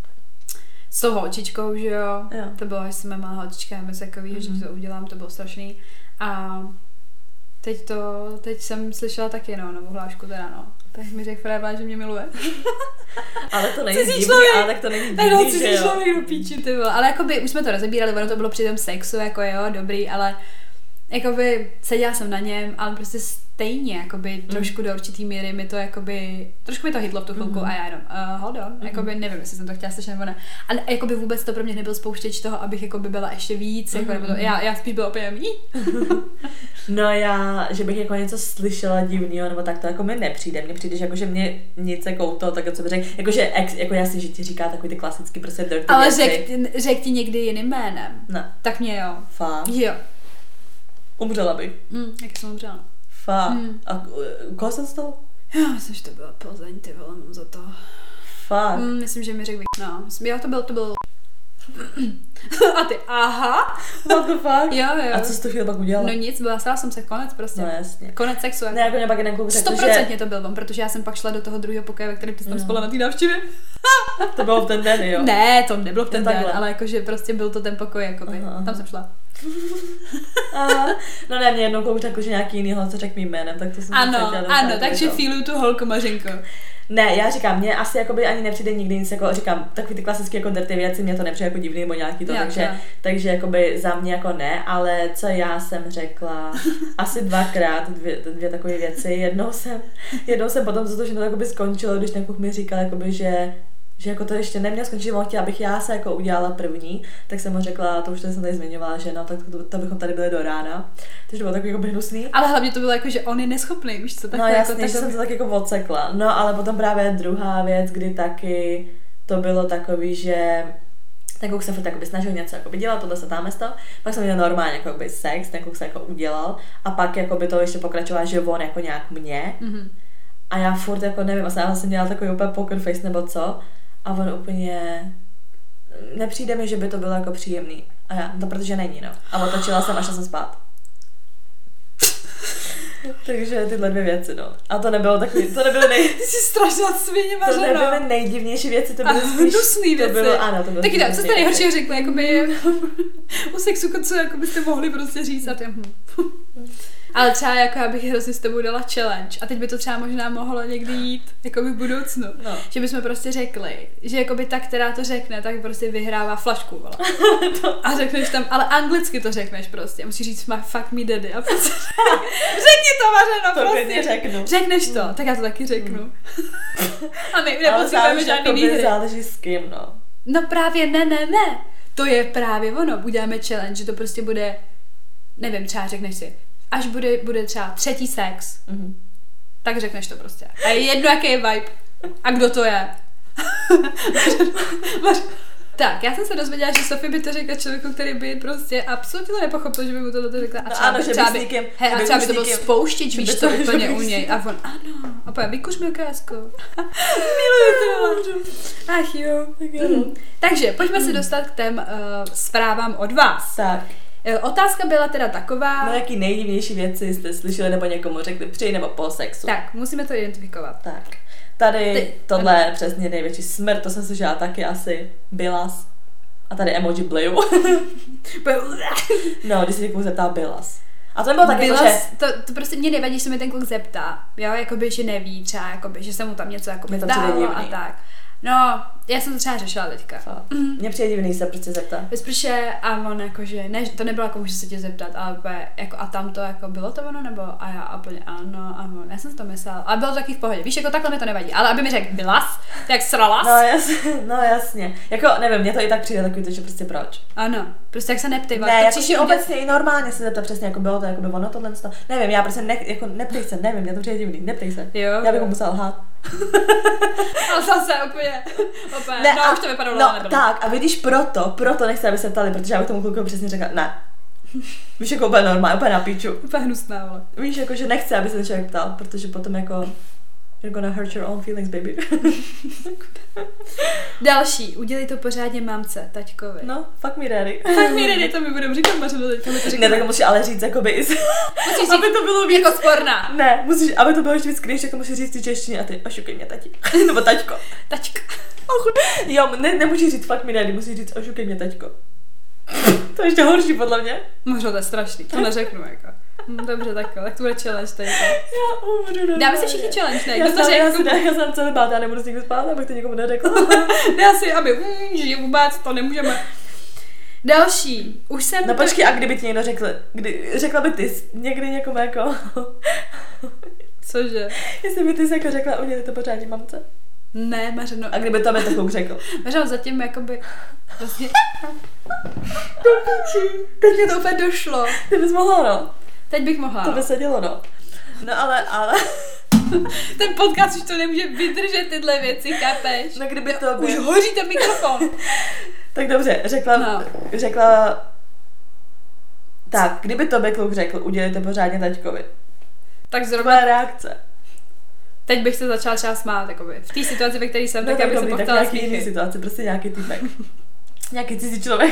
s tou holčičkou, že jo, jo. To bylo, že jsem malá holčička, já myslím takový, mm. že to udělám, to bylo strašný, a teď to, teď jsem slyšela taky, no, novou hlášku teda, no. Tak mi řekl Fréva, že mě miluje. Ale to není divný, ale tak to není divný, no, že jo. Člověk do píči, ty vole. Ale jakoby, už jsme to rozebírali, ono to bylo při tom sexu, jako jo, dobrý, ale jakoby seděla jsem na něm, ale prostě stejně, jakoby mm. trošku do určitý míry mi to jakoby, trošku mi to hitlo v tu chvilku mm. a já jenom, uh, hold on, mm. jakoby nevím, jestli jsem to chtěla slyšet nebo ne. Ale jakoby vůbec to pro mě nebyl spouštěč toho, abych jakoby byla ještě víc, mm. jako nebo to, já, já spíš byla úplně mý. No já, že bych jako něco slyšela divného, nebo tak to jako mi nepřijde, mně přijde, že jako, že mě nic jako to, tak co by řekl, jakože ex, jako jasně, že ti říká takový ty klasický prostě dirty ale řek, řek ti někdy jiným jménem. Ne. Tak mě jo. Fakt? Jo. Umřela bych. Mm, jak jsem umřela. Fakt. Mm. A u koho jsem z toho? Já myslím, že to byla Plzeň, ty vole, mám za to. Fakt. Mm, myslím, že mi řekl, no, myslím, jo, to byl, to byl. A ty, aha. What the fuck? Jo, jo. A co jsi to chvíli pak udělala? No nic, byla stala jsem se, konec prostě. No jasně. Konec sexu. Ne, jako mě pak jeden kluk řekl, že... stoprocentně to byl on, protože já jsem pak šla do toho druhého pokoje, ve kterém ty jsi tam no. spala na té návštěvě. To bylo v ten den, jo? Ne, to nebylo v ten jo, den, ale jakože prostě byl to ten pokoj, jakoby. Aha. Tam jsem šla. Aha. No ne, mě jednou kluk řekl, že nějaký jiný holce řekl mým jménem, tak to jsem ano, se ano, takže feeluju tu holku Mařenko. Ne, já říkám, mě asi jakoby ani nepřijde nikdy nic, jako říkám, takový ty klasické jako dirty věci, mě to nepřijde jako divný nebo nějaký to, já, takže, já. takže jakoby za mě jako ne, ale co já jsem řekla, asi dvakrát dvě, dvě takové věci, jednou jsem, jednou jsem potom za to, že to jakoby skončilo, když ten kluk mi říkal, jakoby, že že jako to ještě neměl skončit, že on chtěl, abych já se jako udělala první, tak jsem mu řekla, to už jsem tady zmiňovala, že no, tak to, to bychom tady byli do rána, takže to bylo takový jako hnusný. Ale hlavně to bylo jako, že on je neschopný, víš co? No jasně, jako, že jsem to tak jako odsekla, no ale potom právě druhá věc, kdy taky to bylo takový, že ten kluk se furt jakoby snažil něco jakoby dělat, tohle se tam to, pak jsem měl normálně jakoby sex, ten kluk se jako udělal a pak jakoby to ještě pokračovalo, že on jako nějak mě mm-hmm. a já furt jako nevím, asi já jsem dělala takový úplně poker face nebo co. A on úplně nepřijde mi, že by to bylo jako příjemný. A já, to protože není, no. A otočila jsem a šla jsem spát. Takže tyhle dvě věci, no. A to nebylo takový, to nebyly nej... Ty jsi strašná svině, Mařeno. To nebyly nejdivnější věci, to byly spíš... hnusný věci. To bylo, ano, to bylo taky tak, co jste nejhoršího řekla, jakoby u sexu, co jako byste mohli prostě říct a tím... Ale třeba jako já bych hrozně s tebou dala challenge a teď by to třeba možná mohlo někdy jít jako v budoucnu. No. Že bychom prostě řekli, že jakoby ta, která to řekne, tak prostě vyhrává flašku. A řekneš tam, ale anglicky to řekneš prostě. Musíš říct fuck me daddy. A prostě řekni to, Mařeno, prostě. Řeknu. Řekneš to, tak já to taky řeknu. A my nepotřebujeme žádný výhry. Záleží s kým, no. No právě ne, ne, ne. To je právě ono. Uděláme challenge, že to prostě bude, nevím, třeba řekneš si, až bude, bude třeba třetí sex, mm-hmm. tak řekneš to prostě. A je jedno, jaký je vibe. A kdo to je. Tak, já jsem se dozvěděla, že Sofie by to řekla člověku, který by prostě absolutně to nepochopil, že by mu tohle řekla. A třeba, no, ano, by, třeba, by, by, někým, hej, a třeba by to byl někým, spouštěč, víš to úplně u něj. A on, ano. A pojď, vykuř mi okrásku. Miluji to. Ach jo. Tak jo. Takže, pojďme se dostat k těm uh, zprávám od vás. Tak. Otázka byla teda taková... No jaký nejdivnější věci jste slyšeli nebo někomu řekli při nebo po sexu. Tak, musíme to identifikovat. Tak. Tady Ty, tohle je přesně největší smrt, to jsem slyšela taky asi. Bilas. A tady emoji bliju. No, když se někomu zeptá Bilas. A to nebylo tak Byla, jako, že... to, to prostě mě nevadí, že se mi ten kluk zeptá, jo, jakoby, že neví třeba, jakoby, že se mu tam něco jakoby zdálo a tak. No, já jsem to třeba řešila teďka. Mm. Mně přijde divný se prostě zeptat. Protože a on jakože, ne, to nebylo jako, můžu se tě zeptat, ale jako a tam to jako bylo to ono, nebo a já úplně ano, a on, já jsem si to myslela, ale bylo to taky v pohodě, víš, jako takhle mi to nevadí, ale aby mi řekl, bylas, tak sralas. No jasně, no jasně, jako nevím, mně to i tak přijde takový to, že prostě proč. Ano, prostě jak se neptej. Ne, jako si obecně i normálně se zeptat přesně, jako bylo to, jako by ono tohle, to, nevím, já prostě ne, jako neptej se, nevím, mě to přijde divný, neptej se, jo, já bych ho musela lhát. Ale zase úplně, úplně, ne, no a, už to vypadalo, no, nebylo. tak a vidíš proto, proto nechci, aby se ptali, protože já bych tomu klukovi přesně řekla, ne. Víš, jako úplně normálně, úplně na píču. Úplně hnusná, ale. Víš, jako, že nechci, aby se ten člověk ptal, protože potom jako you're gonna hurt your own feelings, baby. Další, udělej to pořádně mámce, taťkovi. No, fuck me daddy. Fuck me daddy, to mi budeme říkat, Mařeno, teďka mi to řekne. Ne, tak musíš ale říct, jakoby, musíš aby to bylo víc. Jako sporná. Ne, musíš, aby to bylo ještě víc když jako musíš říct ty češtině a ty, ošukej mě tati. Nebo taťko. Taťka. Jo, ne, nemůžeš říct fuck me daddy, musíš říct ošukej mě taťko. To je ještě horší podle mě. Možná to je strašný, to neřeknu jako. Hm, dobře, takhle, tak to bude challenge tady. Já umřu. Dáme si všichni challenge, ne? Já, Kdo to jsem, já, řekl? si, já jsem celý bát, já nebudu s někdo spát, abych to nikomu neřekla. Já si, aby, mm, že vůbec to nemůžeme. Další, už jsem... No počkej, a kdyby ti někdo řekl, kdy, řekla by ty někdy někomu jako... Cože? Jestli by ty jsi jako řekla, udělej to pořádně mamce. Ne, Mařeno. A kdyby to mi takovou řekl. Mařeno, zatím jakoby... Vlastně... Teď mě to úplně došlo. Ty bys mohla, no. Teď bych mohla. To by se dělo, no. No ale, ale... Ten podcast už to nemůže vydržet tyhle věci, chápeš? No kdyby to by... Už hoří ten mikrofon. Tak dobře, řekla... No. Řekla... Tak, kdyby to by kluk řekl, udělej to pořádně taťkovi. Tak zrovna... Tvoje reakce. Teď bych se začala třeba smát, jakoby. V té situaci, ve které jsem, no, tak, tak já bych se pochtěla smíchy. Tak nějaký jiný situaci, prostě nějaký týpek. Nějaký cizí člověk.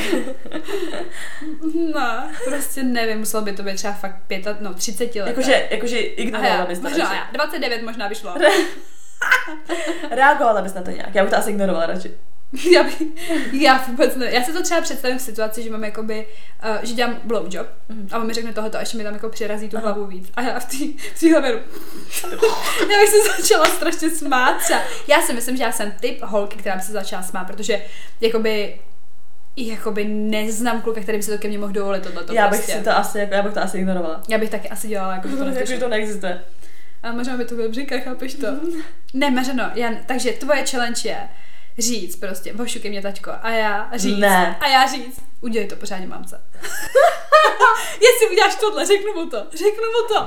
No, prostě nevím, muselo by to být třeba fakt pět, no třicet let. Jakože, jakože ignorovala bys to. Možná já, dvacet devět možná by šlo. Reagovala bys na to nějak, já bych to asi ignorovala radši. Já, bych, já vůbec ne. Já si to třeba představím v situaci, že mám jakoby, uh, že dělám blowjob mm. a on mi řekne tohoto a ještě mi tam jako přirazí tu hlavu víc. A já v té hlavě já bych se začala strašně smát. Třeba. Já si myslím, že já jsem typ holky, která by se začala smát, protože jakoby jakoby neznám kluka, který by se to ke mně mohl dovolit tohleto. Já bych prostě. si to asi, jako, já bych to asi ignorovala. Já bych taky asi dělala, jako to než to neexistuje. A možná by to byl bříka, chápeš to? Ne, Mařeno, já, takže tvoje challenge je říct prostě, vošukej mě taťko, a já říct, ne. a já říct, udělej to pořádně mamce. Jestli uděláš tohle, řeknu mu to, řeknu mu to.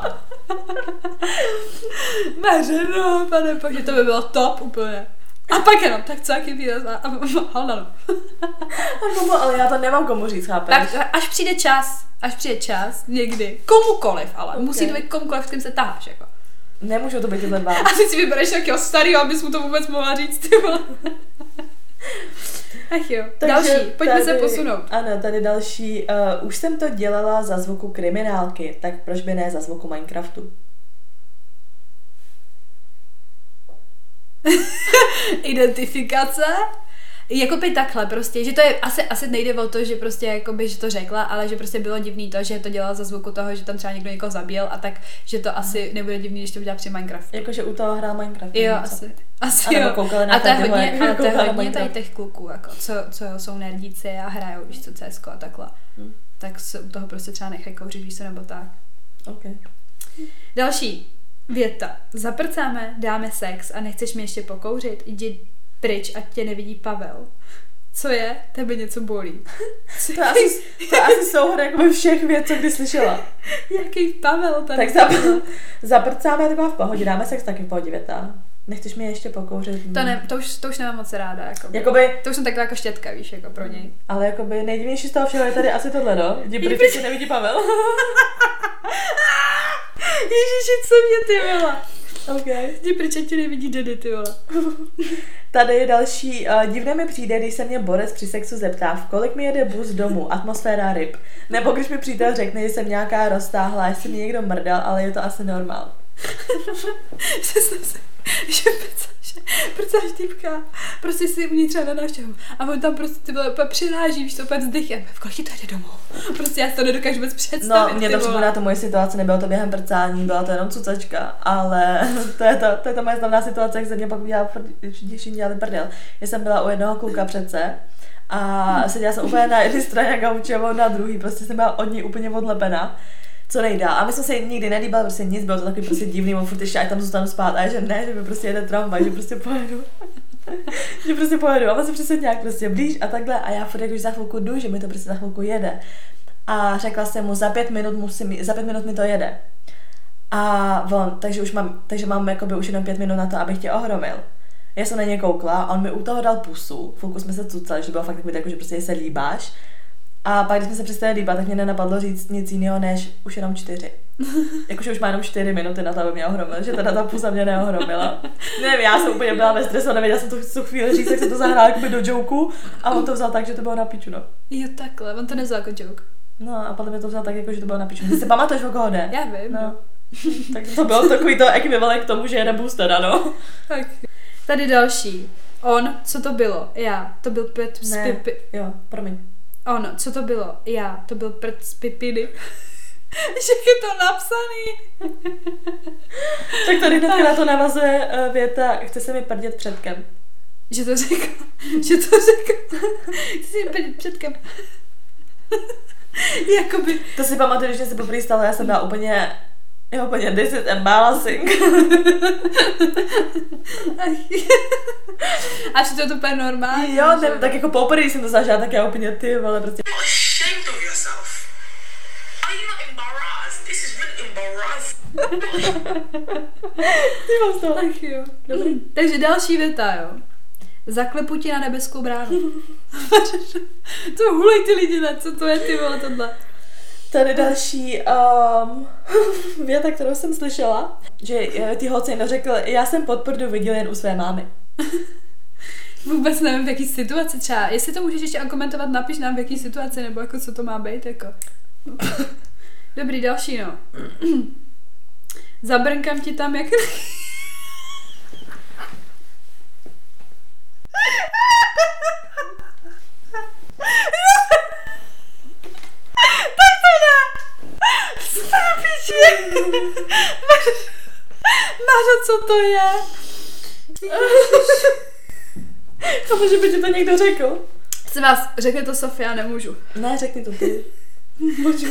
Mařeno, pane bože, to by bylo top úplně. A pak jenom, tak co, jaký výraz a, a halda no. Ale já to nemám komu říct, chápeš? Tak až přijde čas, až přijde čas, někdy, komukoliv, ale okay. Musí to být komukoliv, s kým se taháš, jako. Nemůžu to být tyhle dva. A ty si vybereš nějakého starého, abys mu to vůbec mohla říct, ty vole. Ach jo, takže další, pojďme tady, se posunout. Ano, tady další. Uh, už jsem to dělala za zvuku kriminálky, tak proč by ne za zvuku Minecraftu? Identifikace? Jakoby takhle prostě, že to je, asi, asi nejde o to, že prostě jakoby, že to řekla, ale že prostě bylo divný to, že to dělala za zvuku toho, že tam třeba někdo někoho zabil a tak, že to asi nebude divný, když to udělá při Minecraftu. Jakože u toho hrál Minecraft. Jo, asi. Asi jo. A to je hodně, ale to je hodně tady těch kluků, jako, co, co jsou nerdíci a hrajou, víš co, C S ko a takhle. Hmm. Tak se u toho prostě třeba nechají kouřit, víš co, nebo tak. Okay. Další věta. Zaprcáme, dáme sex a nechceš mi ještě pokouřit, jdi pryč, ať tě nevidí Pavel. Co je? Tebe něco bolí. To je asi, to je asi souhrn jako všech věc, co kdy slyšela. Jaký Pavel tady? Tak zap, zaprcáme je taková v pohodě, dáme sex taky v pohodě věta. Nechceš mi ještě pokouřit? To, ne, to, už, to už nemám moc ráda. Jakoby. Jakoby, to už jsem taková jako štětka, víš, jako pro něj. Ale jakoby nejdivnější z toho všeho je tady asi tohle, no. Jdi pryč, tě nevidí Pavel. Ježiši, co mě ty vole. Okay. Jdi pryč, tě nevidí Dedy, ty vole. Tady je další. Uh, divné mi přijde, když se mě borec při sexu zeptá, v kolik mi jede bus domů, atmosféra ryb. Nebo když mi přítel řekne, že jsem nějaká roztáhlá, jestli mi někdo mrdal, ale je to asi normál. že prcáš týpka, prostě si uvnitř na návštěvu a on tam prostě ty vole přiráží, víš to úplně vzdychem, v kolik ti to jde domů? Prostě já si to nedokážu vůbec představit. No, mě to připomíná to moje situace, nebylo to během prcání, byla to jenom cucačka, ale to je to, to je ta moje slavná situace, jak se mě pak udělala, když jim dělali prdel. Já jsem byla u jednoho kluka přece a seděla jsem úplně na jedné straně gauče, na druhý, prostě jsem byla od ní úplně odlepená. Co nejdá. A my jsme se nikdy nelíbali, prostě nic, bylo to takový prostě divný, on furt ještě, ať tam zůstanu spát, a je, že ne, že mi prostě jede tramvaj, že prostě pojedu. že prostě pojedu. A on se přesně nějak prostě blíž a takhle a já furt když za chvilku jdu, že mi to prostě za chvilku jede. A řekla jsem mu, za pět minut musím, za pět minut mi to jede. A on, takže už mám, takže mám jakoby už jenom pět minut na to, abych tě ohromil. Já jsem na něj koukla a on mi u toho dal pusu, chvilku jsme se cucali, že bylo fakt takový jako, že prostě se líbáš. A pak, když jsme se přestali líbat, tak mě nenapadlo říct nic jiného, než už jenom čtyři. Jakože už má jenom čtyři minuty na to, aby mě ohromil, že teda ta pusa mě neohromila. Nevím, já jsem úplně byla ve stresu, nevěděla jsem to co chvíli říct, tak jsem to zahrála jakoby do joku a on to vzal tak, že to bylo na piču, no. Jo, takhle, on to nevzal jako joke. No a potom mě to vzal tak, jako, že to bylo na piču. Ty si pamatuješ, o koho jde? Já vím. No. Tak to bylo takový to ekvivalent k tomu, že jede booster, ano. Tak. Tady další. On, co to bylo? Já, to byl Pet z Pipi. Jo, promiň. On, co to bylo? Já, to byl prd z Pipiny. Jak je to napsaný? Tak tady hnedka na to navazuje uh, věta, chce se mi prdět předkem. Že to řekl. Že to řekl. Chci si mi prdět předkem. Jakoby. To si pamatuju, když mě se poprvé stalo, já jsem byla úplně, já úplně, this is embarrassing. Až to je to úplně normální. Jo, ne, tak jako poprvé jsem to zažila, tak já úplně ty vole, prostě. Ashamed of yourself. Are you not embarrassed? This is really embarrassing. Ty mám z toho. Ach jo. Dobrý. Takže další věta, jo. Zaklepu ti na nebeskou bránu. To hulej ty lidi, ne? Co to je, ty vole, tohle? Tady další um, věta, kterou jsem slyšela, že ty holce jen řekl, já jsem podprdu viděl jen u své mámy. Vůbec nevím, v jaký situaci třeba. Jestli to můžeš ještě komentovat, napiš nám v jaký situaci, nebo jako co to má být, jako. Dobrý, další, no. Zabrnkám ti tam, jak... Tak to ne! Strapiči! Mážo, co to je? A může by ti to někdo řekl? Jsem vás, řekne to Sofia, nemůžu. Ne, řekni to ty. Můžu.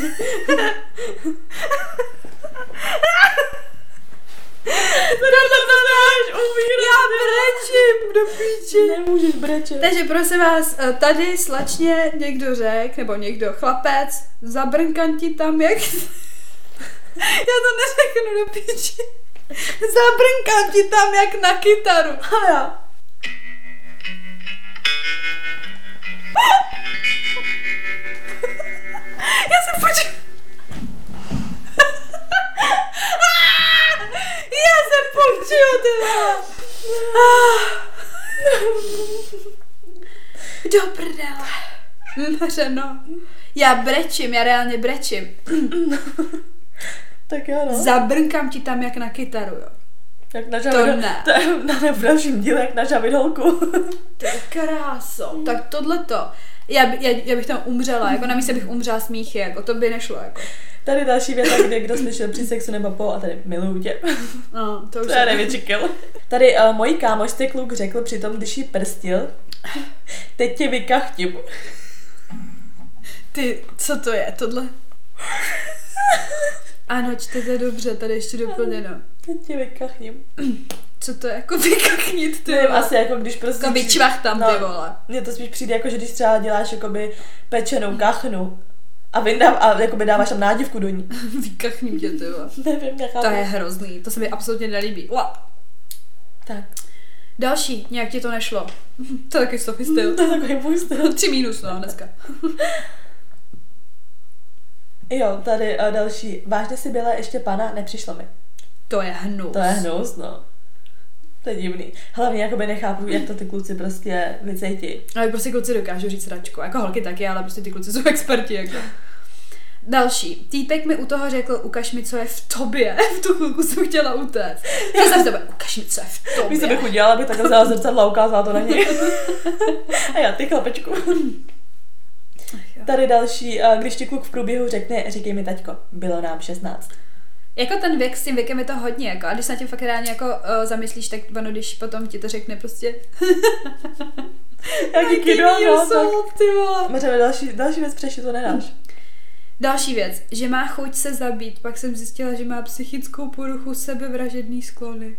Já brečím do píči. Nemůžeš brečet. Takže prosím vás, tady slačně někdo řek, nebo někdo chlapec, zabrnkám ti tam jak... Já to neřeknu do píči. Zabrnkám ti tam jak na kytaru. A já. Já se poču... Já se počuju, ty vole. Do prdele. Mařeno. Já brečím, já reálně brečím. Tak jo, no. Zabrnkám ti tam jak na kytaru, jo. Jak na To žavidol... ne. To je na v dalším díle, jak na žavidolku. To je kráso. Tak tohleto. Já, by, já, já bych tam umřela, jako na místě bych umřela smíchy, jako to by nešlo, jako. Tady další věta, kde kdo slyšel při sexu nebo po a tady miluju tě. No, to už to je největší kill. Tady uh, mojí kámošce kluk řekl přitom, když jí prstil, teď tě vykachtím. Ty, co to je, tohle? Ano, čtete dobře, tady ještě doplněno. Teď tě vykachním. Co to je, jako vykachnit, ty Nevím, vole? asi jako když prostě... Jako vyčvach tam, no, ty vole. Mně to spíš přijde jako, že když třeba děláš jakoby pečenou kachnu a vyndám, a jakoby dáváš tam nádivku do ní. Vykachním tě, ty vole. Nevím, nechápu. To je hrozný, to se mi absolutně nelíbí. Ua. Tak. Další, nějak ti to nešlo. To je taky Sophie styl. To je takový můj styl. Tři mínus, no, dneska. Jo, tady uh, další. Vážně si byla ještě pana, nepřišlo mi. To je hnus. To je hnus, no. To je divný. Hlavně jakoby nechápu, jak to ty kluci prostě vycejtí. Ale prostě kluci dokážou říct sračku. Jako holky taky, ale prostě ty kluci jsou experti, jako. Další. Týpek mi u toho řekl, ukaž mi, co je v tobě. V tu chvilku jsem chtěla utéct. Já jsem tebe, ukaž mi, co je v tobě. Víš, co bych udělala, abych takhle vzala zrcadla a ukázala to na něj. A já, ty chlapečku. Tady další, když ti kluk v průběhu řekne, říkej mi taťko, bylo nám šestnáct. Jako ten věk, s tím věkem je to hodně, jako, a když se na tím fakt reálně jako uh, zamyslíš, tak ono, když potom ti to řekne prostě... Jaký kino, no, tak... ty vole. Můžeme další, další věc přešit, to nedáš. Další věc, že má chuť se zabít, pak jsem zjistila, že má psychickou poruchu sebevražedný sklony.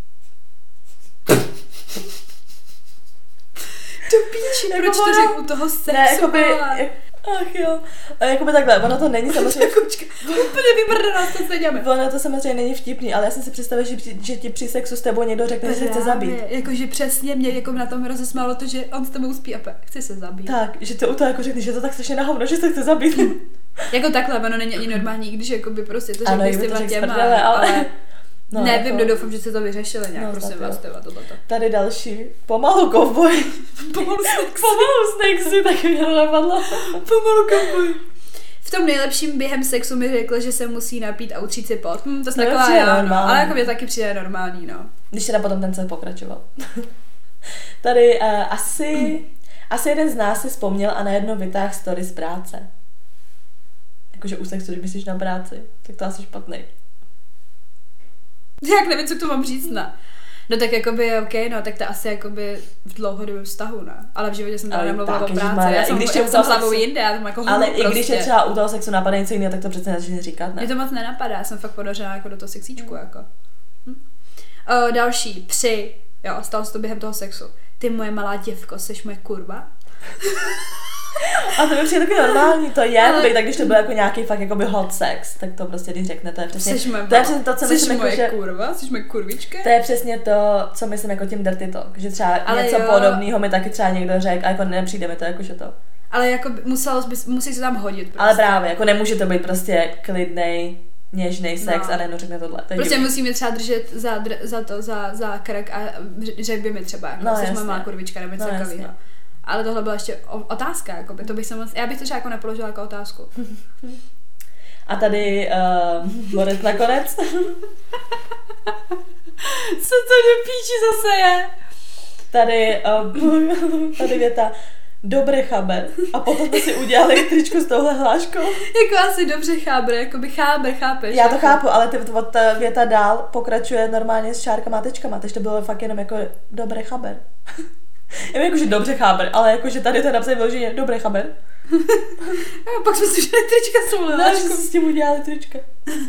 To píči, proč to řekl u toho sexu? Ne, jakoby, jak, ach jo, jakoby takhle, ono to není samozřejmě... Kočka, úplně vybrdaná, to se děláme. Ono to samozřejmě není vtipný, ale já jsem si představila, že, že ti při sexu s tebou někdo řekne, že se chce zabít. Jakože přesně mě jako na tom rozesmálo to, že on s tebou spí a chce se zabít. Tak, že to u toho jako řekne, že to tak strašně na hovno, že se chce zabít. Jako takhle, ono není ani normální, když jakoby prostě to řekne s těma těma, ale... ale... No, nevím, jako... doufám, že se to vyřešili nějak, no, prosím vás, tyva, toto. Tady další, pomalu kovboj. Pomalu snakesy. Pomalu snakesy, tak mi to napadlo. Pomalu kovboj. V tom nejlepším během sexu mi řekl, že se musí napít a utřít si pot. Hm, to je taková já, no, ale jako mě taky přijde normální, no. Když teda potom ten cel pokračoval. Tady uh, asi, asi jeden z nás si vzpomněl a najednou vytáhl story z práce. Jakože u sexu, když myslíš na práci, tak to asi špatný. Jak nevím, co k tomu mám říct, ne? No tak jakoby, ok, no, tak to asi jakoby v dlouhodobém vztahu, ne? Ale v životě jsem tam nemluvila o práci, já jsem, když já jsem hlavou jinde, já tam jako ale prostě. I když je třeba u toho sexu napadá něco jiného, tak to přece nezačne říkat, ne? Mě to moc nenapadá, já jsem fakt podařená jako do toho sexíčku, mm. jako. Hm? O, další, při, jo, stalo se to během toho sexu. Ty moje malá děvko, seš moje kurva? A to by přijde taky normální, to je, ale... tak když to byl jako nějaký fakt jakoby hot sex, tak to prostě když řekne, to je přesně, to je přesně to, co myslím jako, že... kurva, jsi moje kurvička? To je přesně to, co myslím jako tím dirty talk, že třeba ale něco jo. podobného mi taky třeba někdo řekl a jako nepřijde mi to jako, že to. Ale jako muselo bys, musí se tam hodit prostě. Ale právě, jako nemůže to být prostě klidnej, něžnej sex no. a nejednou řekne tohle. To prostě musíme třeba držet za, dr, za to, za, za krk a řekl by mi třeba, jako, no, jsi moje malá kurvička nebo něco no, takového. Ale tohle byla ještě otázka, jako by, to bych se moc, já bych to třeba jako nepoložila jako otázku. A tady uh, borec nakonec. Co to do píči zase je? Tady, uh, tady věta, dobré chaber. A potom si udělali tričko s touhle hláškou. Jako asi dobře cháber, jako by cháber, chápeš? Já to jako. chápu, ale ty, ta věta dál pokračuje normálně s čárkama a tečkama, takže to bylo fakt jenom jako dobré chaber. Já vím, jakože dobře cháber, ale jakože tady to je napsané vyloženě dobré chaber. A pak jsme si udělali trička s touhle hláškou. No, si s tím udělali trička.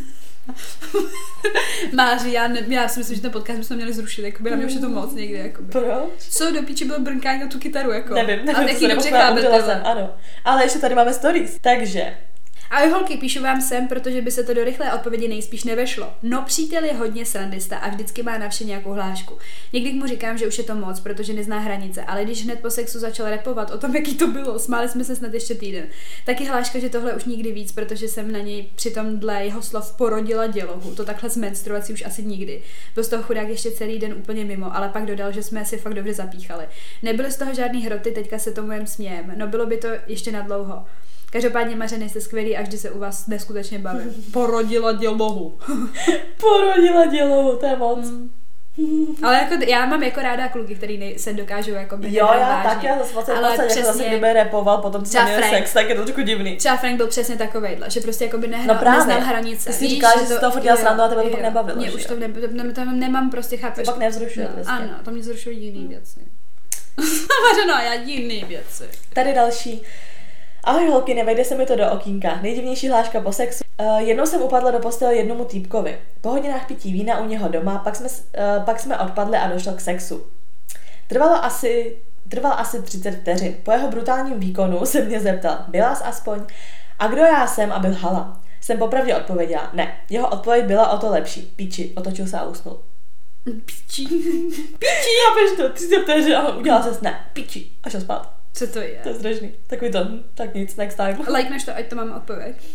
Máři, já, ne, já si myslím, že ten podcast bychom měli zrušit, jako by na mě už je to moc někdy, jako by. Proč? Co do píči bylo brnkání na tu kytaru, jako. Nevím, nevím, ale to se nepochopila, ano. Ale ještě tady máme stories, takže... Ahoj holky, píšu vám sem, protože by se to do rychlé odpovědi nejspíš nevešlo. No, přítel je hodně srandista a vždycky má na vše nějakou hlášku. Někdy mu říkám, že už je to moc, protože nezná hranice, ale když hned po sexu začal rapovat o tom, jaký to bylo, smáli jsme se snad ještě týden. Taky hláška, že tohle už nikdy víc, protože jsem na něj přitom dle jeho slov porodila dělohu. To takhle s menstruací už asi nikdy. Byl z toho chudák ještě celý den úplně mimo, ale pak dodal, že jsme si fakt dobře zapíchali. Nebyly z toho žádný hroty, teďka se tomu jen smějem. No, bylo by to ještě na dlouho. Každopádně, Mařeny, jste skvělý a vždy se u vás neskutečně bavím. Porodila dělohu. Porodila dělohu, to je moc. Mm. Ale jako, já mám jako ráda kluky, který se dokážou jako by jo, já taky, já zase vlastně ale přesně, zase kdyby repoval, potom co měl sex, tak je to trošku divný. Třeba Frank byl přesně takovejhle, že prostě jako by nehnal, no neznal hranice. Ty jsi říkala, že jsi to furt dělal srandu a tebe to pak nebavilo. Mě už to, ne, ne, to nemám prostě, chápeš. To pak nevzrušuje. No, prostě. Ano, to mě zrušují jiný věci. Mařeno, já jiný věci. Tady další. Ahoj holky, nevejde se mi to do okýnka. Nejdivnější hláška po sexu. Uh, jednou jsem upadla do postele jednomu týpkovi. Po hodinách pití vína u něho doma, pak jsme, uh, pak jsme odpadli a došlo k sexu. Trvalo asi, trval asi třicet vteřin. Po jeho brutálním výkonu se mě zeptal, byla jsi aspoň? A kdo já jsem, aby lhala? Jsem popravdě odpověděla, ne. Jeho odpověď byla o to lepší. Píči, otočil se a usnul. Píči. Píči, já to, třicet vteřin a udělala ses, ne, píči. A šel spát. Co to je? To je zdražný. Takový to, tak nic, next time. Lajkneš to, ať to mám odpověď.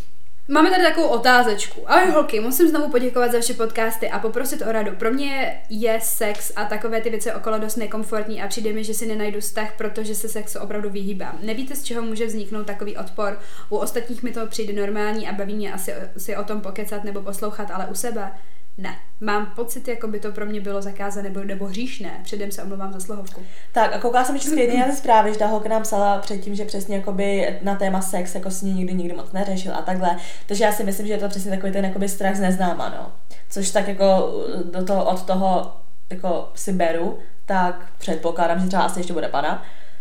Máme tady takovou otázečku. Ahoj holky, musím znovu poděkovat za vaše podcasty a poprosit o radu. Pro mě je sex a takové ty věci okolo dost nekomfortní a přijde mi, že si nenajdu vztah, protože se sexu opravdu vyhýbám. Nevíte, z čeho může vzniknout takový odpor? U ostatních mi to přijde normální a baví mě asi si o tom pokecat nebo poslouchat, ale u sebe ne. Mám pocit, jako by to pro mě bylo zakázané nebo, nebo hříšné. Předem se omlouvám za slohovku. Tak a koukala jsem ještě zpětně na ty zprávy, že ta holka nám psala předtím, že přesně jakoby na téma sex jako s ní nikdy nikdy moc neřešil a takhle. Takže já si myslím, že je to přesně takový ten jakoby strach z neznáma, no. Což tak jako do toho, od toho jako si beru, tak předpokládám, že třeba asi ještě bude padat.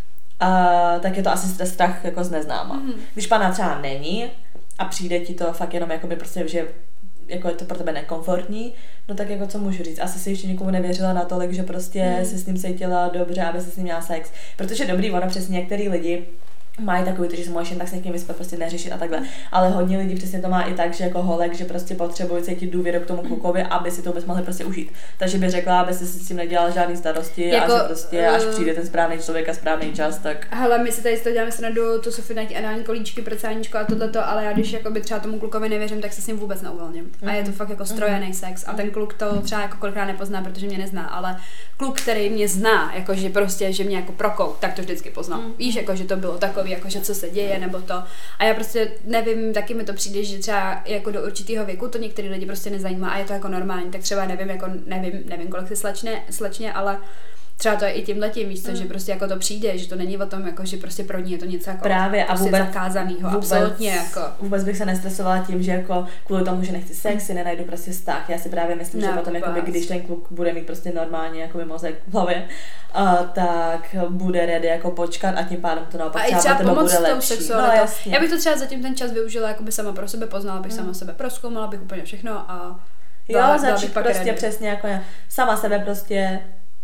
Uh, tak je to asi strach jako z neznáma. Mm. Když pana třeba není a přijde ti to fakt jenom jakoby prostě, že jako je to pro tebe nekomfortní, no tak jako co můžu říct, asi si ještě nikomu nevěřila natolik, že prostě mm. si s ním cítila dobře, aby si s ním měla sex, protože dobrý, ono přesně některý lidi mají takový to, že se můžeš jen tak s někým vyspat, prostě neřešit a takhle, ale hodně lidí přesně to má i tak, že jako holek, že prostě potřebují cítit důvěru k tomu klukovi, aby si to vůbec mohli prostě užít. Takže by řekla, aby si s tím nedělala žádný starosti jako, a že prostě až přijde ten správný člověk a správný čas, tak. Hele, my si tady z toho děláme snadu, to jsou nějaký anální kolíčky, prcáníčko a tohleto, ale já když jakoby třeba tomu klukovi nevěřím, tak se s ním vůbec neuvolním. Mm. A je to fakt jako strojený sex a ten kluk to třeba jako kolikrát nepozná, protože mě nezná, ale kluk, který mě zná, jakože prostě, že mě jako prokou, tak to vždycky poznám. Mm. Víš, jako že to bylo takový, jakože co se děje nebo to. A já prostě nevím, taky mi to přijde, že třeba jako do určitého věku to některý lidi prostě nezajímá a je to jako normální, tak třeba nevím, jako nevím, nevím, kolik si slečne, slečně, ale třeba to je i tímhletím, víš co, mm. že prostě jako to přijde, že to není o tom, jako, že prostě pro ní je to něco jako právě prostě a vůbec, zakázanýho, vůbec, absolutně jako. Vůbec bych se nestresovala tím, že jako kvůli tomu, že nechci sex, si nenajdu prostě vztah. Já si právě myslím, ne, že potom, jakoby, když ten kluk bude mít prostě normálně jakoby mozek v hlavě, uh, tak bude ready jako počkat a tím pádem to naopak třeba, třeba pro bude lepší. No, já bych to třeba zatím ten čas využila jakoby sama pro sebe, poznala bych mm. sama sebe, prozkoumala bych úplně všechno a jo, začít prostě ready. Přesně jako sama sebe prostě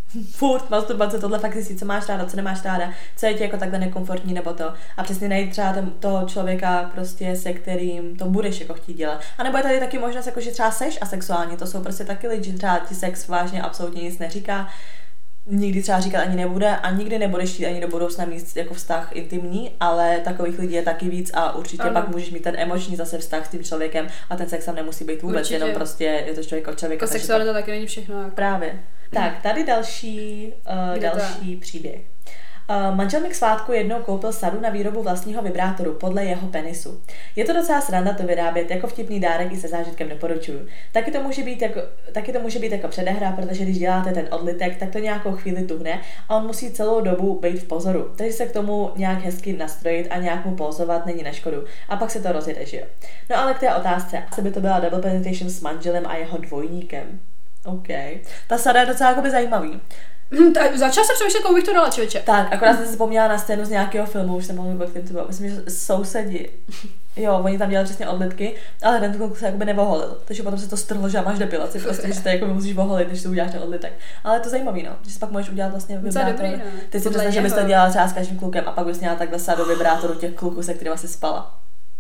furt masturbace, tohle fakt zjistit, co máš ráda, co nemáš ráda, co je ti jako takhle nekomfortní nebo to. A přesně najít třeba ten, toho člověka, prostě, se kterým to budeš jako chtít dělat. A nebo je tady taky možnost, jako, že třeba seš asexuální, to jsou prostě taky lidi, že třeba ti sex vážně absolutně nic neříká, nikdy třeba říkat ani nebude a nikdy nebudeš chtít ani do budoucna mít jako vztah intimní, ale takových lidí je taky víc a určitě ano. Pak můžeš mít ten emoční zase vztah s tím člověkem a ten sex tam nemusí být vůbec, určitě. Jenom prostě je to člověk od člověka. Jako sexualita taky není všechno. Jako. Právě. Tak, tady další, uh, další příběh. Uh, manžel mi k svátku jednou koupil sadu na výrobu vlastního vibrátoru podle jeho penisu. Je to docela sranda to vyrábět, jako vtipný dárek i se zážitkem doporučuju. Taky to může být jako, taky to může být jako předehra, protože když děláte ten odlitek, tak to nějakou chvíli tuhne a on musí celou dobu být v pozoru. Takže se k tomu nějak hezky nastrojit a nějak mu pozovat není na škodu. A pak se to rozjede, že jo. No ale k té otázce, asi by to byla double penetration s manželem a jeho dvojníkem. OK. Ta sada je docela jakoby zajímavý. Tak začala jsem přemýšlet, komu bych to dala, člověče. Tak, akorát jsem si vzpomněla na scénu z nějakého filmu, už jsem mluvila, k tím to bylo. Myslím, že sousedi. Jo, oni tam dělali přesně odlitky, ale ten kluk se jakoby nevoholil. Takže potom se to strhlo, že máš depilaci, prostě, že to jako musíš voholit, než si uděláš ten odlitek. Ale je to zajímavý, no, že si pak můžeš udělat vlastně vibrátor. Dobrý, no. Ty si představ, že bys to dělala třeba s každým klukem a pak bys měla takhle sadu vibrátoru těch kluků, se kterými jsi spala.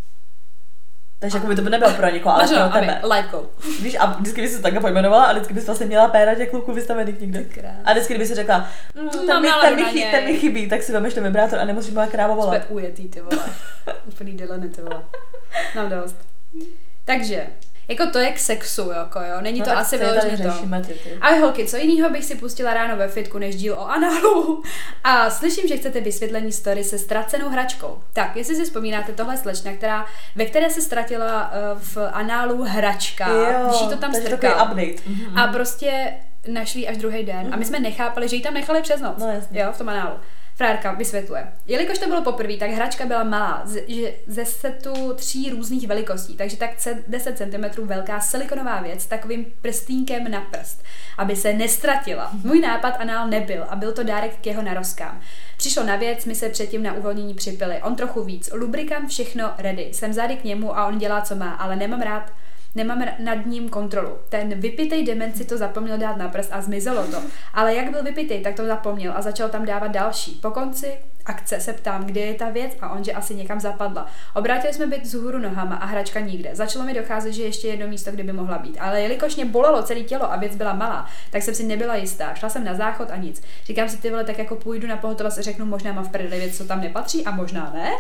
Takže jako by to by nebylo pro někoho, ale Možná, pro tebe. Lajkou. Víš, a vždycky bys se takhle pojmenovala a vždycky bys vlastně měla péra těch kluků vystavených někde. A vždycky kdyby si řekla, mm, ten, mi, ten, mi chybí, ten mi chybí, tak si vemeš ten vibrátor a nemusíš byla krávo volat. Jsme ujetý, ty vole. Úplný dyleny, ty vole. Mám dost. Takže, jako to je k sexu, jako jo, není to no, asi vyloženě to. Ty, ty. Ale holky, co jinýho bych si pustila ráno ve fitku, než díl o análu? A slyším, že chcete vysvětlení story se ztracenou hračkou. Tak, jestli si vzpomínáte, tohle slečna, která, ve které se ztratila uh, v análu hračka, jo, když jí to tam strkal. Update. Mm-hmm. A prostě našli až druhý den. Mm-hmm. A my jsme nechápali, že ji tam nechali přes noc. No, jasně. Jo, v tom análu. Frárka vysvětluje. Jelikož to bylo poprvé, tak hračka byla malá, z, že ze setu tří různých velikostí, takže tak deset centimetrů velká silikonová věc s takovým prstínkem na prst, aby se nestratila. Můj nápad anál nebyl a byl to dárek k jeho narozkám. Přišlo na věc, my se předtím na uvolnění připili. On trochu víc, lubrikant, všechno ready. Jsem zády k němu a on dělá, co má, ale nemám rád Nemám nad ním kontrolu. Ten vypitej demenci to zapomněl dát na prst a zmizelo to. Ale jak byl vypitej, tak to zapomněl a začal tam dávat další. Po konci akce se ptám, kde je ta věc a on, že asi někam zapadla. Obrátili jsme byt vzhůru nohama a hračka nikde. Začalo mi docházet, že ještě jedno místo, kde by mohla být. Ale jelikož mě bolelo celé tělo a věc byla malá, tak jsem si nebyla jistá. Šla jsem na záchod a nic. Říkám si, ty vole, tak jako půjdu na pohotovost a řeknu, možná mám v prdeli věc, co tam nepatří a možná ne.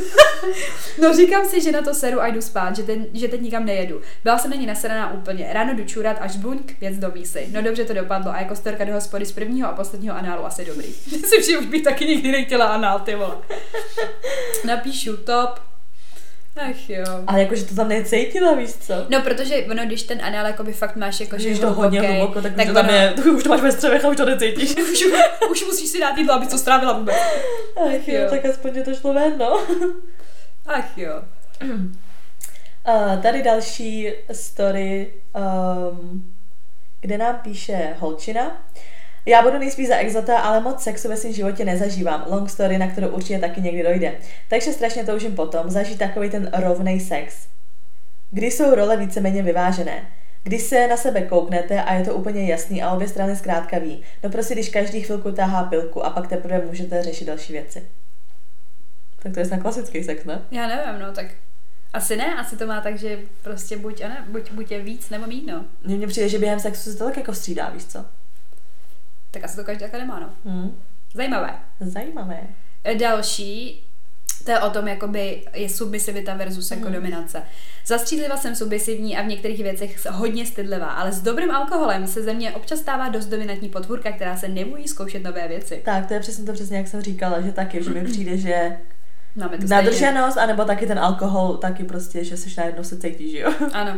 No říkám si, že na to seru a jdu spát, že, ten, že teď nikam nejedu. Byla jsem na ní nasraná úplně. Ráno jdu čůrat, až buňk, věc do mísy. No dobře to dopadlo a jako storka do hospody z prvního a posledního análu asi dobrý. Myslím, že už bych taky nikdy nechtěla anál, ty vole. Napíšu top. Ach jo. Ale jakože to tam necítila, víš co? No, protože ono, když ten anál jakoby fakt máš jako, že když to hodně hluboký, hluboko, tak, tak už to tam ono... je, už to máš ve střevech a už to necítíš. už, už musíš si dát jídlo, aby to strávila vůbec. Ach jo, tak aspoň to šlo ven, no. Ach jo. Uh, tady další story, um, kde nám píše holčina. Já budu nejspíš za exota, ale moc sexu ve svém životě nezažívám. Long story, na kterou určitě taky někdy dojde. Takže strašně toužím potom zažít takový ten rovnej sex. Kdy jsou role víceméně vyvážené. Když se na sebe kouknete a je to úplně jasný a obě strany zkrátka ví. No prostě když každý chvilku tahá pilku a pak teprve můžete řešit další věci. Tak to je snad klasický sex, ne? Já nevím, no tak asi ne, asi to má tak, že prostě buď, a ne, buď, buď je víc nebo míň, no. Mně přijde, že během sexu se to tak jako střídá, víš co? Tak asi to každý takhle nemá, no. Hmm. Zajímavé. Zajímavé. Další, to je o tom, jakoby je submisivita versus jako hmm. dominace. Zastřídliva jsem submisivní a v některých věcech hodně stydlivá, ale s dobrým alkoholem se ze mě občas stává dost dominantní potvůrka, která se nebojí zkoušet nové věci. Tak, to je přesně to, přesně jak jsem říkala, že taky, že mi přijde, že to nadrženost, anebo taky ten alkohol, taky prostě, že seš najednou se cítíš, jo? Ano.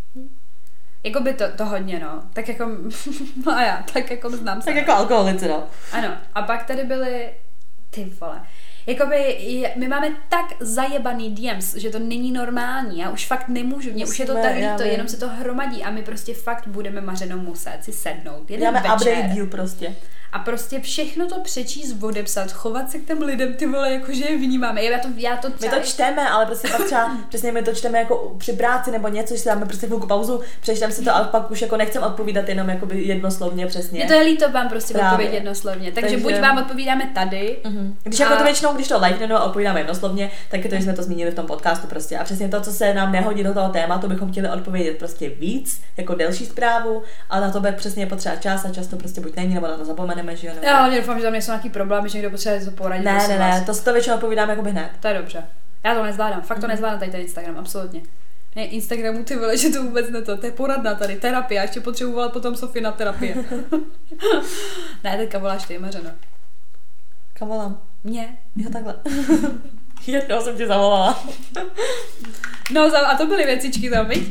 Jakoby to, to hodně, no. Tak jako, no a já, tak jako znám se. Tak jako alkoholici, no. Ano. A pak tady byly, ty vole, jakoby je, my máme tak zajebaný D Ms, že to není normální. Já už fakt nemůžu, mě už je to tak líto, jenom se to hromadí a my prostě fakt budeme mařenou muset si sednout. Jeden Dáme večer. update díl prostě. A prostě všechno to přečíst, odepsat, chovat se k těm lidem, ty vole, jakože je vnímáme. Já to, já to třeba... My to čteme, ale prostě pak třeba, přesně my to čteme jako při práci nebo něco, že si dáme prostě chvilku pauzu, přečteme si to a pak už jako nechcem odpovídat jenom jakoby jednoslovně přesně. Mně to je líto vám prostě odpovědět jednoslovně, takže, takže buď vám odpovídáme tady. Uh-huh. Když a... jako to většinou, když to lajkneme a odpovídáme jednoslovně, tak je to, že jsme to zmínili v tom podcastu prostě. A přesně to, co se nám nehodí do toho tématu, bychom chtěli odpovědět prostě víc, jako delší zprávu, ale na to bude přesně potřeba čas a často prostě buď není, nebo na to zapomeneme, že jo. Já doufám, že tam nejsou nějaký problémy, že někdo potřebuje to poradit. Ne, ne, ne, to si to většinou povídáme jakoby hned. To je dobře. Já to nezvládám, fakt to nezvládám tady ten Instagram, absolutně. Ne, Instagramu ty vole, že to vůbec ne to, to je poradna tady, terapie, já ještě potřebuji volat potom Sofii na terapie. Ne, teďka voláš ty, Mařeno. Kam volám? Mě. Jo, takhle. Jednou jsem tě zavolala. No a to byly věcičky tam, viď?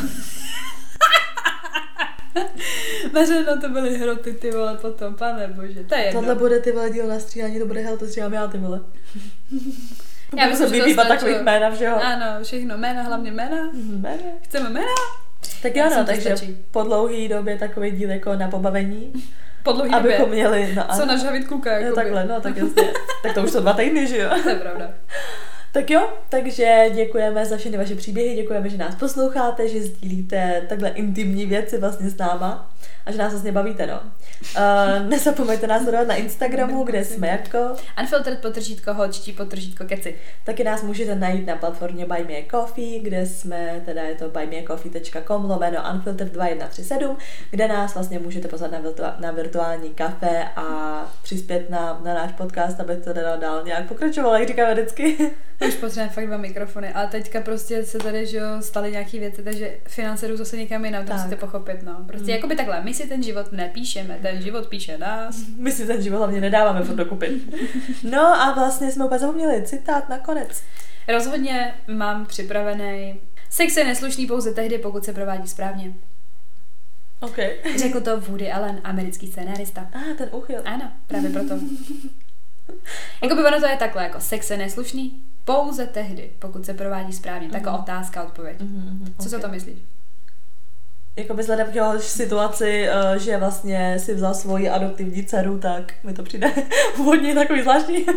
Mařeno, to byly hroty, ty vole, potom, pane bože, to je jedno. Tohle bude ty vole díl na stříhání, to bude hell, to stříhám já, ty vole. Já bych se vypívat takových jména všeho. Ano, všechno, jména, hlavně jména. Jména. Chceme jména? Tak jo, no, takže po dlouhý době takový díl jako na pobavení. Po dlouhý abychom době. Měli, no, co nažhavit kluka, jako no, takhle, no, tak jasně. Tak to už jsou dva týdny, že jo? To je pravda. Tak jo, takže děkujeme za všechny vaše příběhy, děkujeme, že nás posloucháte, že sdílíte takhle intimní věci vlastně s náma a že nás vlastně bavíte, no. Uh, nezapomeňte nás sledovat na Instagramu, kde jsme jako Unfiltered potržítko hočtí potržítko keci. Taky nás můžete najít na platformě Buy Me a Coffee, kde jsme, teda je to buy me a coffee tečka com lomeno unfiltered dva jedna tři sedm, kde nás vlastně můžete pozvat na, virtua- na virtuální kafe a přispět na, na náš podcast, aby to teda dál nějak pokračovalo, jak říkáme vždycky. Už potřebujeme fakt dva mikrofony, ale teďka prostě se tady, že jo, staly nějaký věci, takže finance jdou zase někam jinam, to musíte pochopit, no. Prostě mm. jakoby takhle, my si ten život nepíšeme, ten život píše nás. My si ten život hlavně nedáváme furt dokupy. No a vlastně jsme úplně zapomněli citát nakonec. Rozhodně mám připravený. Sex je neslušný pouze tehdy, pokud se provádí správně. Okay. Řekl to Woody Allen, americký scénárista. A ah, ten uchyl. Ano, právě proto. Jakoby ono to je takhle, jako sex je neslušný pouze tehdy, pokud se provádí správně. Taková uh-huh. otázka, odpověď. Uh-huh, Co okay. si o to myslíš? Jakoby vzhledem k jeho situaci, že vlastně si vzal svoji adoptivní dceru, tak mi to přijde hodně takový zvláštní.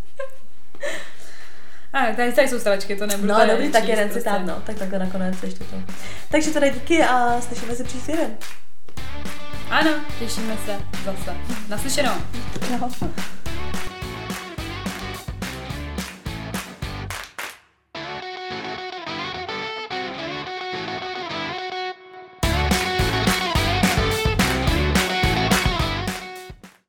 A tady, tady jsou stavačky, to nebudu. No dobrý, tak jeden citát, no, tak takhle nakonec ještě to. Takže teda díky a slyšíme se příští týden. Ano, těšíme se zase. Naslyšenou. No.